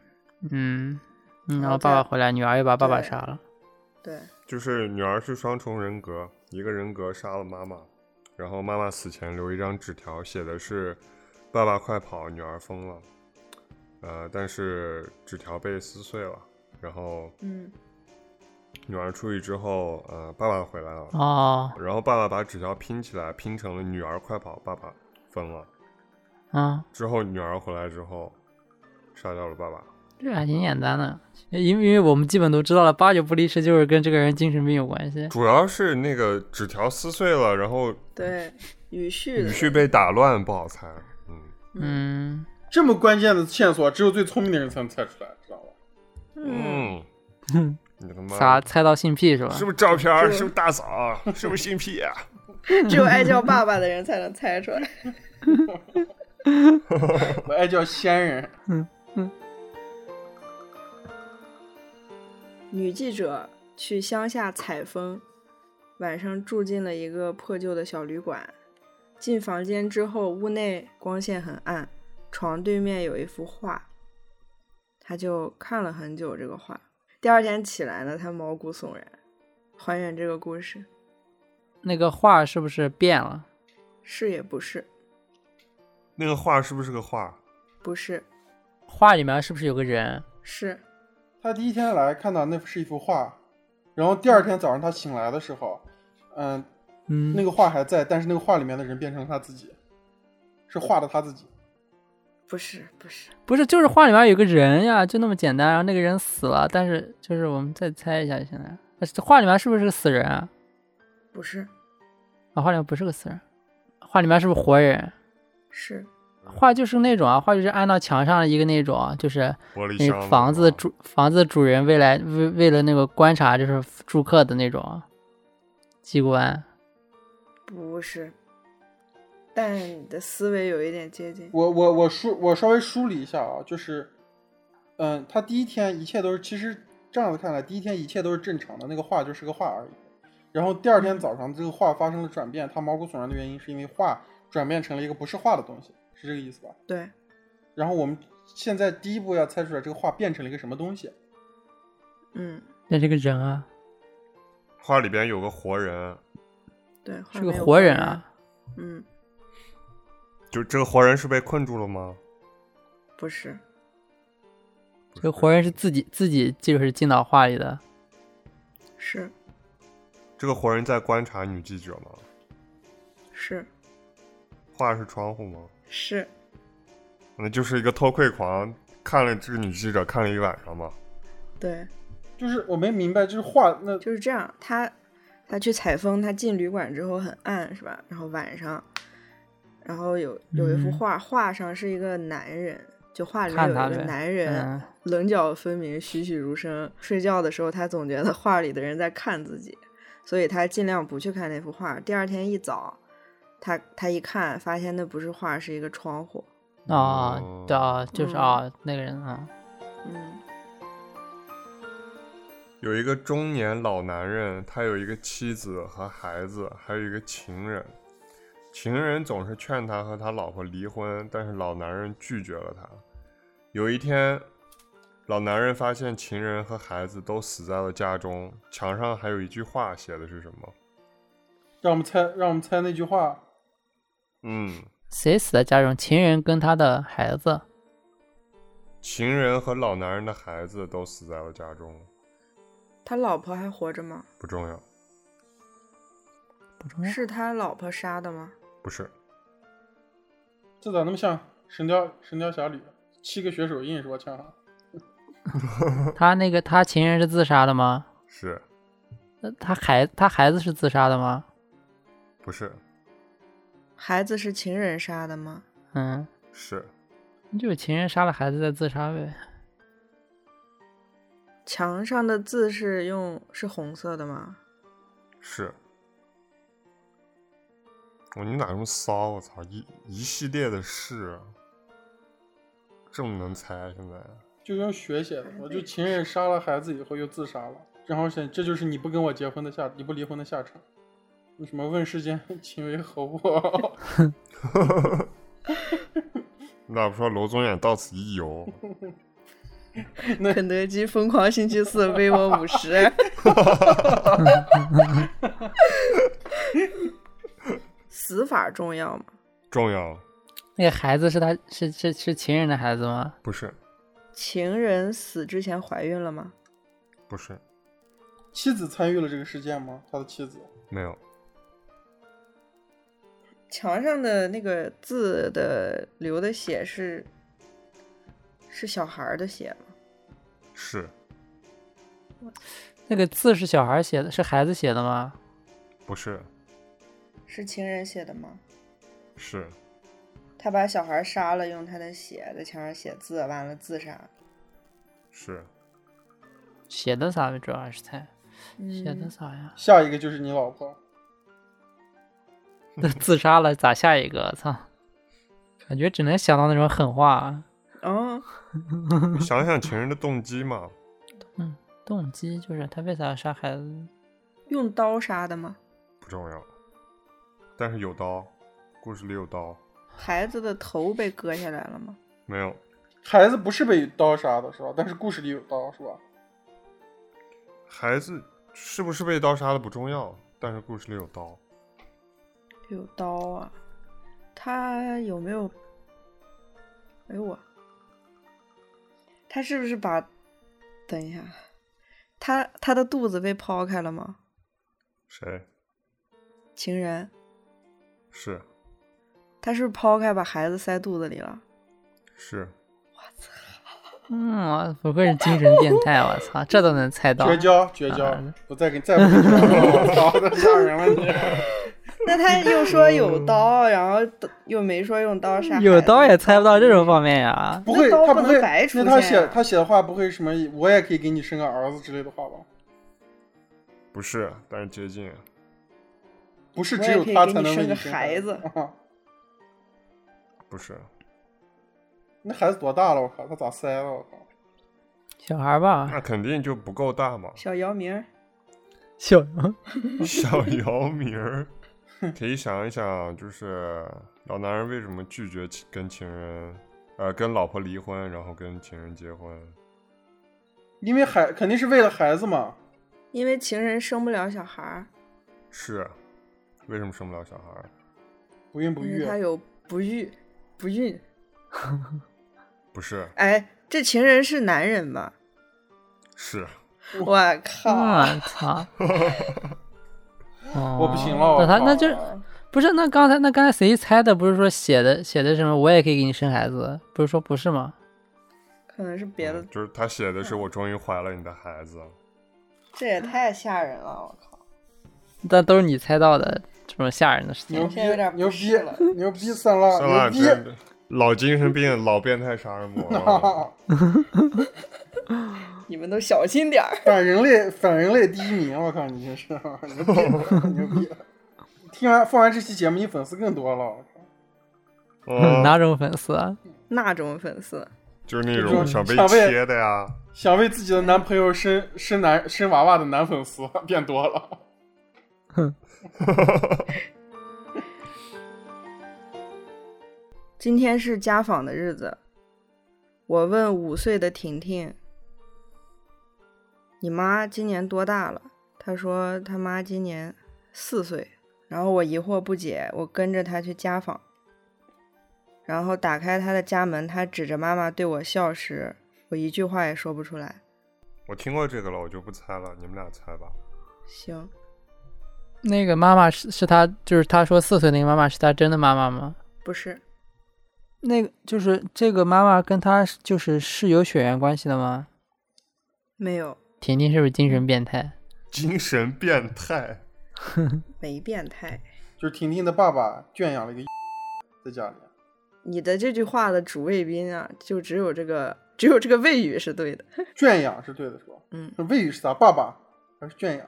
然后爸爸回来，女儿又把爸爸杀了。 对， 就是女儿是双重人格，一个人格杀了妈妈，然后妈妈死前留一张纸条，写的是爸爸快跑，女儿疯了。但是纸条被撕碎了，然后女儿出去之后，爸爸回来了。然后爸爸把纸条拼起来，拼成了女儿快跑，爸爸疯了。之后女儿回来之后杀掉了爸爸。 这还挺简单的，因为我们基本都知道了，8九不离十就是跟这个人精神病有关系。 主要是那个纸条撕碎了，然后对语序被打乱，不好猜。 这么关键的线索，只有最聪明的人才能猜出来，知道吧？啥猜到性癖是吧？ 是不是照片？是不是大嫂？是不是性癖啊？ 只有爱叫爸爸的人才能猜出来。 我爱叫仙人。 女记者去乡下采风，晚上住进了一个破旧的小旅馆。进房间之后，屋内光线很暗，床对面有一幅画，他就看了很久这个画。第二天起来呢，他毛骨悚然。还原这个故事， 那个画是不是变了？ 是也不是。 那个画是不是个画？ 不是。 画里面是不是有个人？ 是。 他第一天来看到那是一幅画，然后第二天早上他醒来的时候，那个画还在，但是那个画里面的人变成了他自己，是画的他自己。 不是， 就是画里面有个人呀，就那么简单。然后那个人死了，但是就是我们再猜一下，现在画里面是不是个死人啊？ 不是。 画里面不是个死人，画里面是不是活人？ 是。 画就是那种画就是按到墙上的一个那种，就是那房子主人为了那个观察就是住客的那种机关。 不是，但你的思维有一点接近。 我稍微梳理一下啊，就是他第一天一切都是，其实这样子看来，第一天一切都是正常的，那个画就是个画而已。然后第二天早上这个画发生了转变，他毛骨悚然的原因是因为画转变成了一个不是画的东西。是这个意思吧？ 对。 然后我们现在第一步要猜出来这个画变成了一个什么东西。 那这个人啊， 画里边有个活人。 对， 是个活人啊。 就这个活人是被困住了吗？ 不是。 这个活人是自己就是进到画里的。 是。 这个活人在观察女记者吗？ 是。 画是窗户吗？ 是。 那就是一个偷窥狂，看了这个女记者看了一晚上吗？ 对。 就是我没明白，就是画那就是这样，他去采风，他进旅馆之后很暗是吧？然后晚上，然后有一幅画，画上是一个男人，就画里面有一个男人，棱角分明，栩栩如生。睡觉的时候，他总觉得画里的人在看自己，所以他尽量不去看那幅画。第二天一早。他一看，发现那不是画，是一个窗户。 就是那个人啊。 有一个中年老男人，他有一个妻子和孩子，还有一个情人。情人总是劝他和他老婆离婚，但是老男人拒绝了他。有一天，老男人发现情人和孩子都死在了家中，墙上还有一句话，写的是什么？ 让我们猜那句话。 谁死在家中？情人跟他的孩子。 情人和老男人的孩子都死在了家中。 他老婆还活着吗？ 不重要。 不重要。 是他老婆杀的吗？ 不是。 这咋那么像神雕侠侣7个血手印是吧？枪上。 他情人是自杀的吗？ 是。 他孩子是自杀的吗？ 不是。 孩子是情人杀的吗？ 是。 就是情人杀了孩子再自杀呗。 墙上的字是红色的吗？ 是。你咋这么骚？我操！一系列的事，这么能猜？现在就用血写的，我就情人杀了孩子以后又自杀了，然后这就是你不跟我结婚的你不离婚的下场。为什么问世间情为何物？ 那不说娄宗远到此一游。 肯德基疯狂星期四微我50。死法重要吗？ 重要。 那个孩子是情人的孩子吗？ 不是。 情人死之前怀孕了吗？ 不是。 妻子参与了这个事件吗？他的妻子没有。 墙上的那个字的流的血是小孩的血吗？ 是。 那个字是小孩写的，是孩子写的吗？ 不是。 是情人写的吗？ 是。 他把小孩杀了，用他的血在墙上写字，完了自杀。 是。 写的啥？主要还是猜。写的啥呀？ 下一个就是你老婆。 自杀了，咋下一个？操！感觉只能想到那种狠话。 想想情人的动机嘛。 动机就是他为啥要杀孩子？ 用刀杀的吗？ 不重要，但是有刀，故事里有刀。 孩子的头被割下来了吗？ 没有。 孩子不是被刀杀的是吧？但是故事里有刀是吧？ 孩子是不是被刀杀的不重要，但是故事里有刀。 有刀啊？他有没有？哎呦我，他是不是把？等一下，他的肚子被剖开了吗？ 谁？ 情人。 是。 他是不是剖开把孩子塞肚子里了？ 是。 我操！ 不愧是精神变态，我操，这都能猜到。 绝交！不再不跟你我操，太吓人了你。 那他又说有刀，然后又没说用刀杀孩子。 有刀也猜不到这种方面呀。 不会， 他不能白出现。 那他写的话不会什么我也可以给你生个儿子之类的话吧？ 不是，但是接近。 不是只有他才能为你生个孩子。 不是。 那孩子多大了？我靠，他咋塞了？我靠。 小孩吧？ 那肯定就不够大嘛。 小姚明。 小姚明。可以想一想，就是老男人为什么拒绝跟情人，跟老婆离婚，然后跟情人结婚？ 因为肯定是为了孩子嘛。 因为情人生不了小孩。 是，为什么生不了小孩？ 不孕不育。 他有不孕。 不是。 哎，这情人是男人吧？ 是。 我靠！ 我操！ 我不行了， 那就不是那刚才谁猜的？不是说写的什么？我也可以给你生孩子，不是说不是吗？ 可能是别的， 就是他写的是我终于怀了你的孩子。 这也太吓人了，我靠！ 但都是你猜到的这种吓人的事情。 牛逼，算了，牛逼！ 老精神病，老变态杀人魔。 你们都小心点儿！ 反人类第一名，我靠，你真是牛逼！放完这期节目，你粉丝更多了。 哪种粉丝啊？ 那种粉丝， 就是那种想被切的呀， 想为自己的男朋友生娃娃的男粉丝变多了。 哼。 今天是家访的日子，我问5岁的婷婷：“你妈今年多大了？”她说她妈今年4岁。然后我疑惑不解，我跟着她去家访。然后打开她的家门，她指着妈妈对我笑时，我一句话也说不出来。 我听过这个了，我就不猜了，你们俩猜吧。 行。 那个妈妈是她，就是她说4岁那个妈妈是她真的妈妈吗？ 不是。 那个就是这个妈妈跟她是有血缘关系的吗？ 没有。 婷婷是不是精神变态？ 精神变态？ 没变态。 就是婷婷的爸爸圈养了一个在家里。 你的这句话的主谓宾啊，就只有这个谓语是对的。 圈养是对的，是吧？谓语是啥？爸爸还是圈养？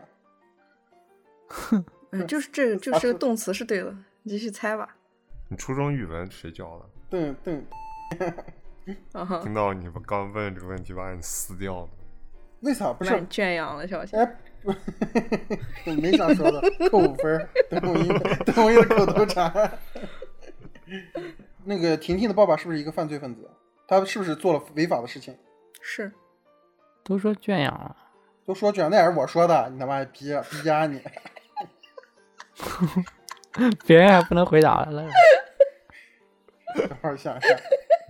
就是这个，就是个动词是对的。你继续猜吧。 你初中语文谁教的？ 对。 听到你们刚问这个问题，把你撕掉了。 为啥不是？ 圈养了，小心。 没啥说的，扣5分。邓红一的口头禅。那个婷婷的爸爸是不是一个犯罪分子？他是不是做了违法的事情？ 是。 都说圈养了， 都说圈，那也是我说的，你他妈逼呀你！ 别人还不能回答了。 等会儿想一下。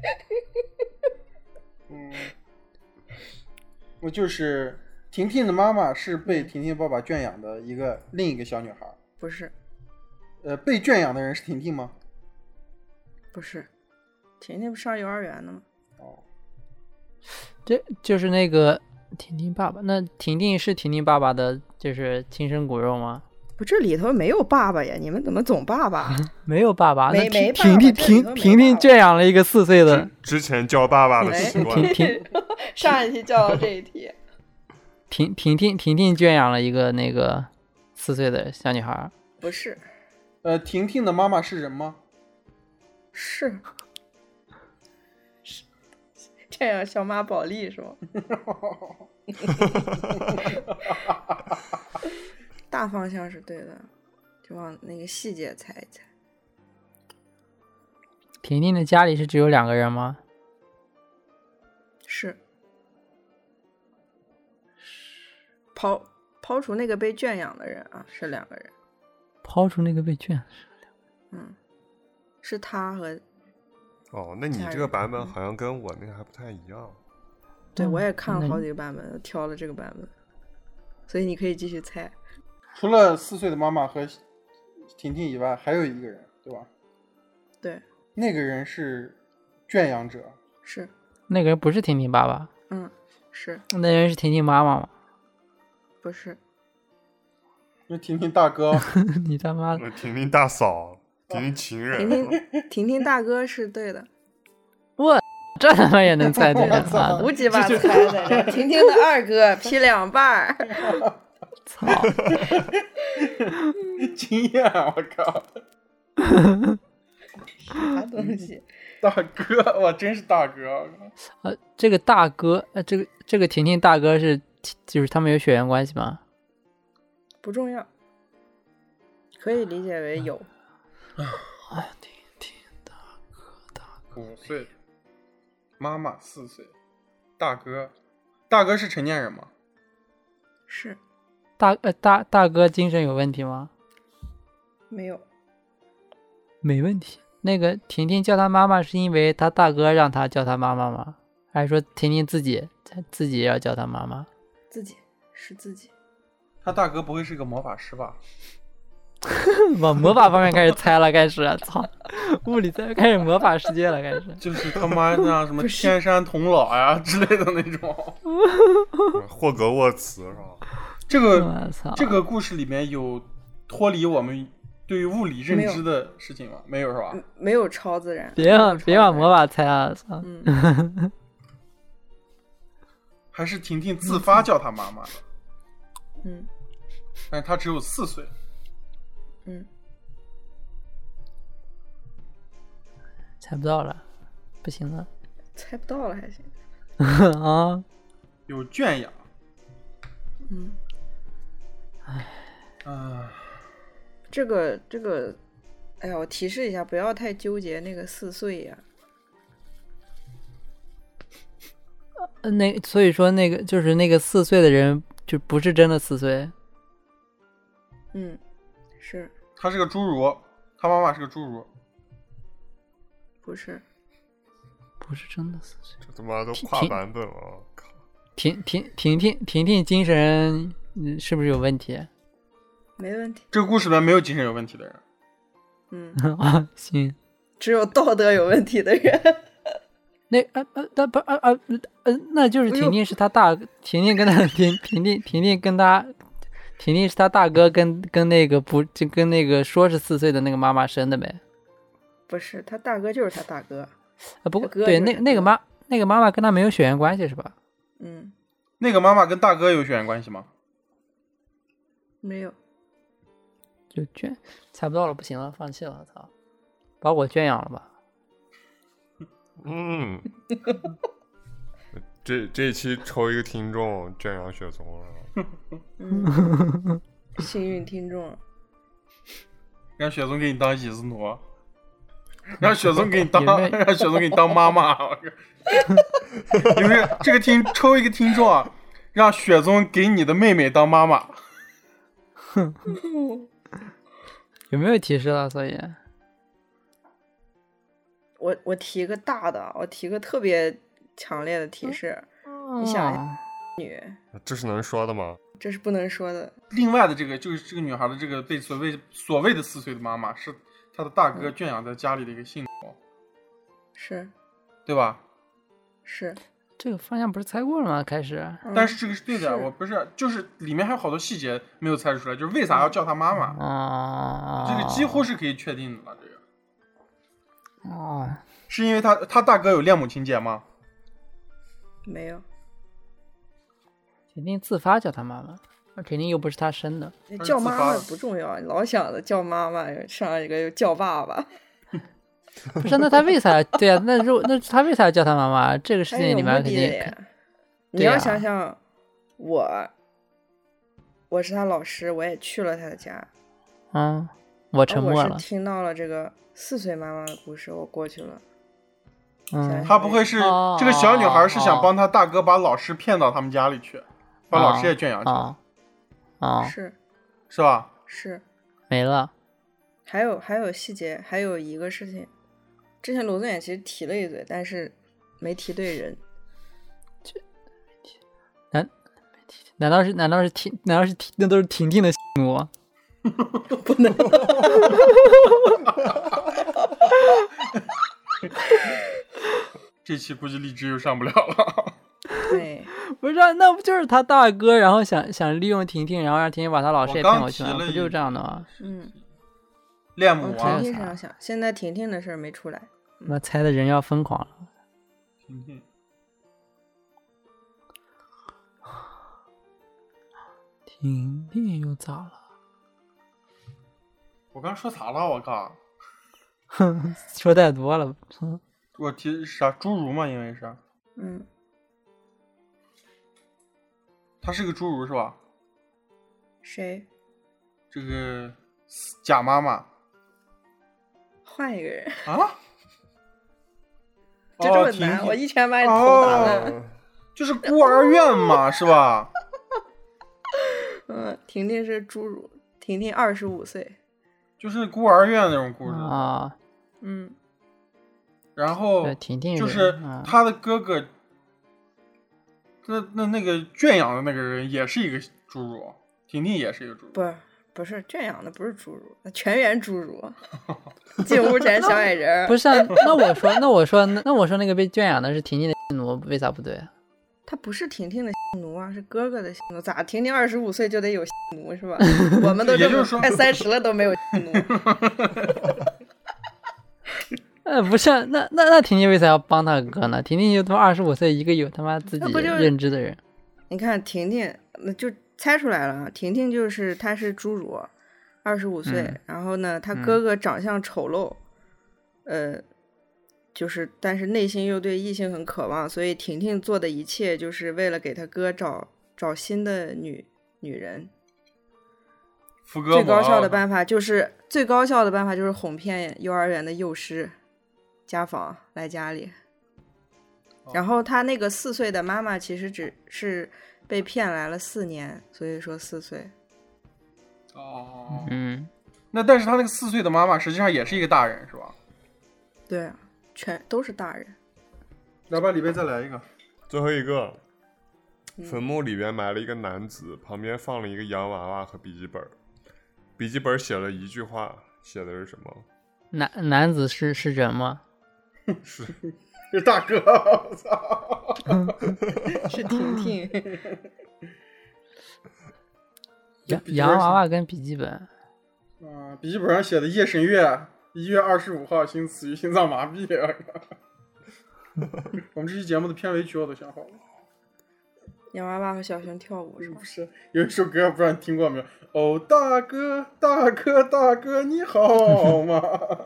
我就是婷婷的妈妈是被婷婷爸爸圈养的另一个小女孩。 不是。 被圈养的人是婷婷吗？ 不是。婷婷不上幼儿园呢吗？ 哦。 这就是那个婷婷爸爸。那婷婷是婷婷爸爸的就是亲生骨肉吗？ 不，这里头没有爸爸呀！你们怎么总爸爸？ 没有爸爸， 没爸爸。 婷婷圈养了一个4岁的。 之前叫爸爸的习惯。 上一题叫到这一题。 婷婷圈养了一个那个4岁的小女孩。 不是。 婷婷的妈妈是人吗？ 是。这样小马宝莉是吗？大方向是对的，就往那个细节猜一猜。 婷婷的家里是只有2个人吗？ 是。抛除那个被圈养的人啊，是2个人。 抛除那个被圈， 是他和。 哦，那你这个版本好像跟我那个还不太一样。 对，我也看了好几个版本，挑了这个版本，所以你可以继续猜。 除了4岁的妈妈和婷婷以外，还有一个人，对吧？ 对。 那个人是圈养者。 是。 那个人不是婷婷爸爸。 是。 那人是婷婷妈妈吗？ 不是。 那婷婷大哥。 你他妈的。婷婷大嫂，婷婷情人。 婷婷大哥是对的。 我这他妈也能猜对？ 无鸡巴猜的。婷婷的2哥劈2半。 操！ 经验，我靠！ 啥东西？ 大哥，我真是大哥！ 这个大哥，这个婷婷大哥就是他们有血缘关系吗？ 不重要，可以理解为有。 婷婷大哥 5岁，妈妈4岁，大哥是成年人吗？ 是。 大哥精神有问题吗？ 没有。 没问题。那个婷婷叫他妈妈是因为他大哥让他叫他妈妈吗？还是说婷婷自己要叫他妈妈？ 自己。 他大哥不会是个魔法师吧？ 往魔法方面开始猜了，开始操，物理猜开始魔法世界了，开始就是他妈那什么天山童姥呀之类的那种。 霍格沃茨是吧？ 这个故事里面有脱离我们对于物理认知的事情吗？没有是吧？ 没有超自然。 别往魔法猜啊！操。 还是婷婷自发叫他妈妈的。但是他只有4岁。 猜不到了，不行了。 猜不到了还行。 啊， 有圈养。 这个，哎呀，我提示一下，不要太纠结那个4岁呀。 所以说那个就是那个4岁的人就不是真的4岁。 是。 他是个侏儒，他妈妈是个侏儒。 不是真的4岁。 这他妈都跨版本了，靠！ 婷婷精神是不是有问题？ 没问题。 这个故事里面没有精神有问题的人。 行。 只有道德有问题的人。 那就是婷婷是他大，婷婷跟他婷婷是他大哥跟那个不就跟那个说是4岁的那个妈妈生的呗？ 不是，他大哥就是他大哥。 不过对那个妈妈跟他没有血缘关系是吧？ 那个妈妈跟大哥有血缘关系吗？ 没有。 就猜不到了，不行了，放弃了，操，把我圈养了吧。 这一期抽一个听众圈养雪松了。 幸运听众。 让雪松给你当椅子挪，让雪松给你当妈妈。因为这个抽一个听众啊，让雪松给你的妹妹当妈妈。 有没有提示了？所以我提个大的，我提个特别强烈的提示。你想一下，女， 这是能说的吗？ 这是不能说的。 另外的就是这个女孩的这个被所谓的4岁的妈妈是她的大哥圈养在家里的一个幸福。 是， 对吧？ 是。 这个方向不是猜过了吗？开始。 但是这个是对的，我不是，就是里面还有好多细节没有猜出来，就是为啥要叫她妈妈？这个几乎是可以确定的了。这个。是因为他大哥有恋母情节吗？ 没有。 婷婷自发叫他妈妈，婷婷又不是他生的。 叫妈妈不重要，老想着叫妈妈，上一个又叫爸爸。 不是，那他为啥？对啊，那他为啥要叫他妈妈？这个事情里面肯定。 你要想想，我是他老师，我也去了他的家。 我沉默了。 我是听到了这个4岁妈妈的故事，我过去了。 他不会是这个小女孩是想帮他大哥把老师骗到他们家里去，把老师也圈养起来。是吧？ 是。 没了。 还有细节，还有一个事情，之前罗宗远其实提了一嘴，但是没提对人。 难道是那都是婷婷的奴？ 不能。 这期估计荔枝又上不了了。 对， 不是，那不就是他大哥，然后想利用婷婷，然后让婷婷把他老师也骗过去了，不就是这样的吗？ 恋母啊！婷婷上想，现在婷婷的事儿没出来， 那猜的人要疯狂了。婷婷又咋了？ 我刚说啥了？我靠！ 说太多了。 我提啥侏儒嘛？因为是。他是个侏儒是吧？ 谁？ 这个假妈妈。 换一个人啊？ 就这么难，我一拳把你头打烂。 就是孤儿院嘛，是吧？ 婷婷是侏儒，婷婷25岁， 就是孤儿院那种故事啊。 然后就是他的哥哥，那个圈养的那个人也是一个侏儒，婷婷也是一个侏儒。 不是圈养的，不是侏儒，全员侏儒。进屋全小矮人。 不是，那我说那个被圈养的是婷婷的奴，为啥不对？ 他不是婷婷的奴啊，是哥哥的奴。咋？婷婷25岁就得有奴是吧？我们都这么快30了都没有奴。 不是，那婷婷为啥要帮他哥呢？婷婷就他妈25岁，一个有他妈自己认知的人。 你看婷婷，那就猜出来了，婷婷就是他是侏儒，25岁，然后呢，他哥哥长相丑陋， 就是但是内心又对异性很渴望，所以婷婷做的一切就是为了给他哥找新的女人。最高效的办法就是哄骗幼儿园的幼师家访来家里。然后他那个4岁的妈妈其实只是被骗来了4年，所以说4岁。 哦，那但是他那个4岁的妈妈实际上也是一个大人是吧？ 对啊，全都是大人。 来吧，里边再来一个。 最后一个，坟墓里边埋了一个男子，旁边放了一个洋娃娃和笔记本。笔记本写了一句话，写的是什么？ 男子是人吗？ 是大哥，我操！ 是婷婷。 洋娃娃跟笔记本。 笔记本上写的夜神月1月25号死于心脏麻痹。我们这期节目的片尾曲我都想好了。 洋娃娃和小熊跳舞不是有一首歌不知道你听过没有？哦，大哥大哥大哥你好吗？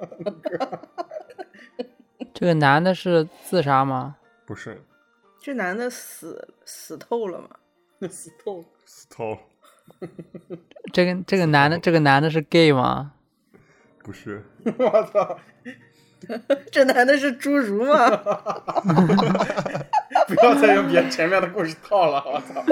这个男的是自杀吗？ 不是， 这男的死透了吗？ 死透了。 这个男的是 gay 吗？ 不是。 我操！ 这男的是侏儒吗？ 不要再用别人前面的故事套了，我操！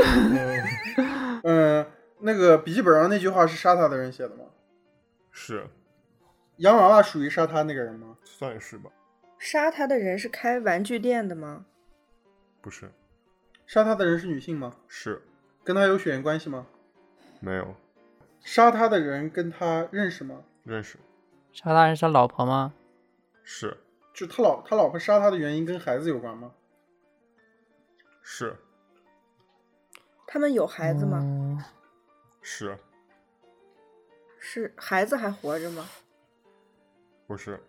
那个笔记本上那句话是杀他的人写的吗？ 是。 洋娃娃属于杀他那个人吗？ 算是吧。 杀他的人是开玩具店的吗？ 不是。 杀他的人是女性吗？ 是。 跟他有血缘关系吗？ 没有。 杀他的人跟他认识吗？ 认识。 杀他人是他老婆吗？ 是。 就他老婆杀他的原因跟孩子有关吗？ 是。 他们有孩子吗？ 是。 是孩子还活着吗？ 不是。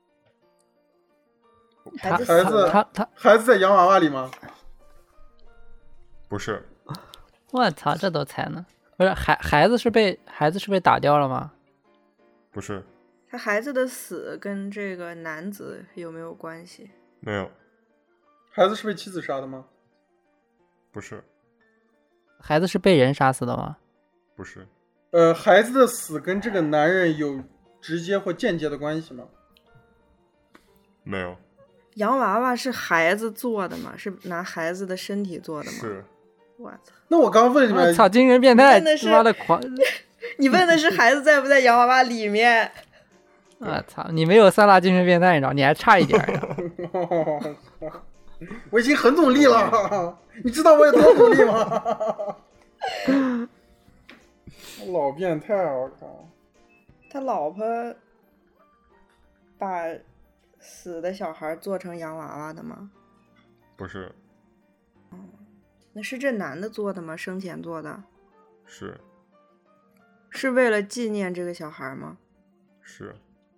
孩子在洋娃娃里吗？ 不是。 我操，这都猜呢？不是孩子是被打掉了吗？ 不是。 他孩子的死跟这个男子有没有关系？ 没有。 孩子是被妻子杀的吗？ 不是。 孩子是被人杀死的吗？ 不是。 孩子的死跟这个男人有直接或间接的关系吗？ 没有。 洋娃娃是孩子做的吗？是拿孩子的身体做的吗？ 是。 我操！ 那我刚问你们， 操，精神变态，他妈的狂！ 你问的是孩子在不在洋娃娃里面？ 我操！你没有酸辣精神变态，你知道？你还差一点呀！ 我已经很努力了，你知道我有多努力吗？老变态，我靠！ 他老婆把死的小孩做成洋娃娃的吗？ 不是。 那是这男的做的吗？生前做的？ 是。 是为了纪念这个小孩吗？ 是。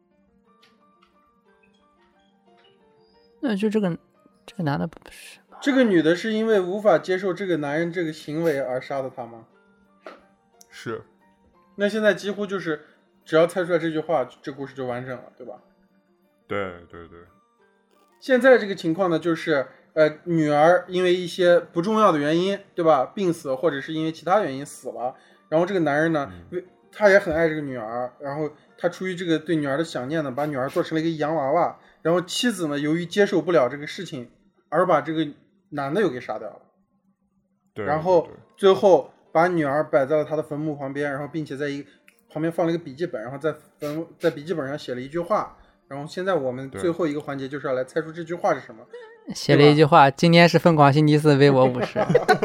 那就这个男的不是吧？ 这个女的是因为无法接受这个男人这个行为而杀的他吗？ 是。 那现在几乎就是只要猜出来这句话，这故事就完整了，对吧？ 对对对。 现在这个情况呢，就是女儿因为一些不重要的原因，对吧，病死，或者是因为其他原因死了，然后这个男人呢，他也很爱这个女儿，然后他出于这个对女儿的想念呢，把女儿做成了一个洋娃娃，然后妻子呢，由于接受不了这个事情，而把这个男的又给杀掉了。 对。 然后最后把女儿摆在了他的坟墓旁边，然后并且在旁边放了一个笔记本，然后在笔记本上写了一句话。然后现在我们最后一个环节就是要来猜出这句话是什么。 写了一句话：今天是疯狂星期四，为我50。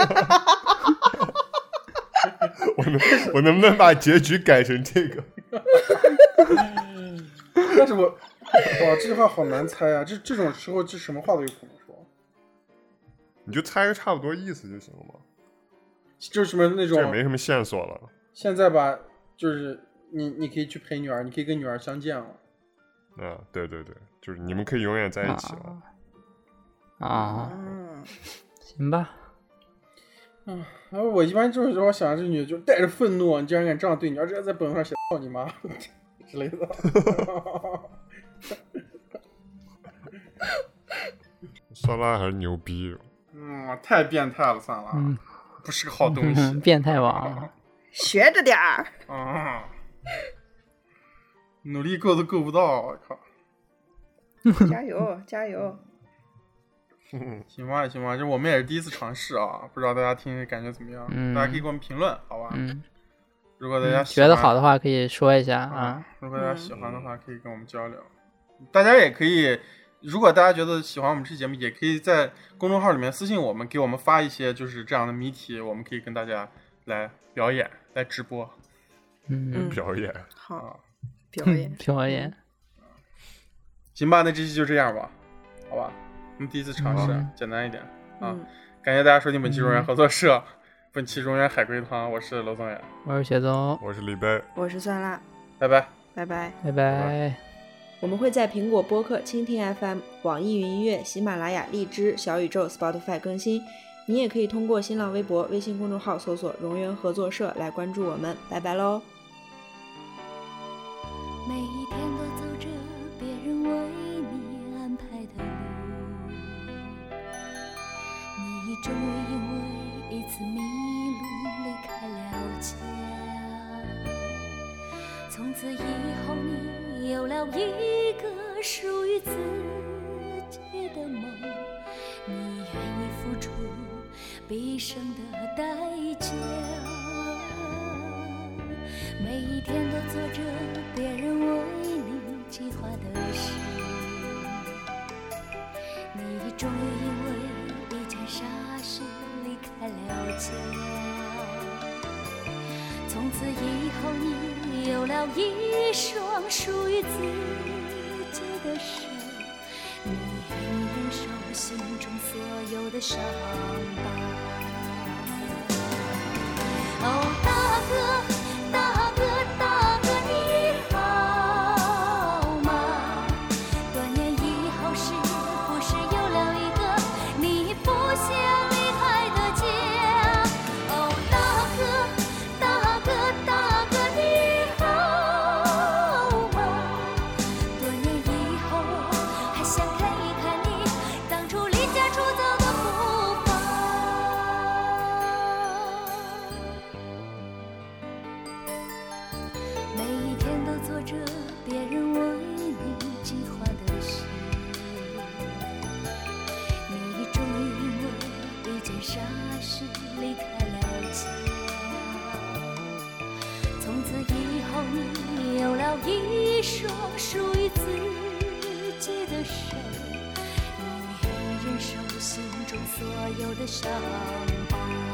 我能不能把结局改成这个？ 但是哇，这句话好难猜啊！这种时候，这什么话都有可能说。 你就猜个差不多意思就行了嘛。 就是什么那种， 这也没什么线索了。 现在吧，就是你可以去陪女儿，你可以跟女儿相见了。 对对对，就是你们可以永远在一起了。 行吧。 然后我一般就是我想这女的就带着愤怒，你竟然敢这样对女儿，直接在本子上写操你妈之类的。 酸辣还是牛逼。 太变态了，算了，不是个好东西。 变态王， 学着点儿。 努力够都够不到，我靠！ 加油加油！ 行吧，就我们也是第一次尝试啊，不知道大家听感觉怎么样？大家可以给我们评论，好吧？如果大家觉得好的话，可以说一下啊。 如果大家喜欢的话，可以跟我们交流。大家也可以，如果大家觉得喜欢我们这节目，也可以在公众号里面私信我们，给我们发一些就是这样的谜题，我们可以跟大家来表演，来直播。 表演好， 表演。 行吧，那这期就这样吧，好吧？我们第一次尝试，简单一点啊！感谢大家收听本期荣源合作社，本期荣源海龟汤，我是娄宗远， 我是雪宗， 我是李贝， 我是酸辣， 拜拜， 拜拜， 拜拜。 我们会在苹果播客、蜻蜓 FM、网易云音乐、喜马拉雅、荔枝、小宇宙、Spotify 更新。你也可以通过新浪微博、微信公众号搜索荣源合作社来关注我们。拜拜喽！ 每一天都走着别人为你安排的路，你终于因为一次迷路离开了家，从此以后你有了一个属于自己的梦，你愿意付出毕生的代价，每一天都做着别人为你计划的事，你终于因为一件傻事离开了家，从此以后你有了一双属于自己的手，你愿意忍受心中所有的伤疤。哦，大哥大哥大哥你好吗？多年以后是不是有了一个你不想离开的家？哦，大哥大哥大哥你好吗？多年以后我还想看一看你当初离家出走的步伐。每一天都做着别人为你计划的事，你终于因为一件傻事离开了家，从此以后你有了一双属于自己的手，你愿意忍受心中所有的伤疤。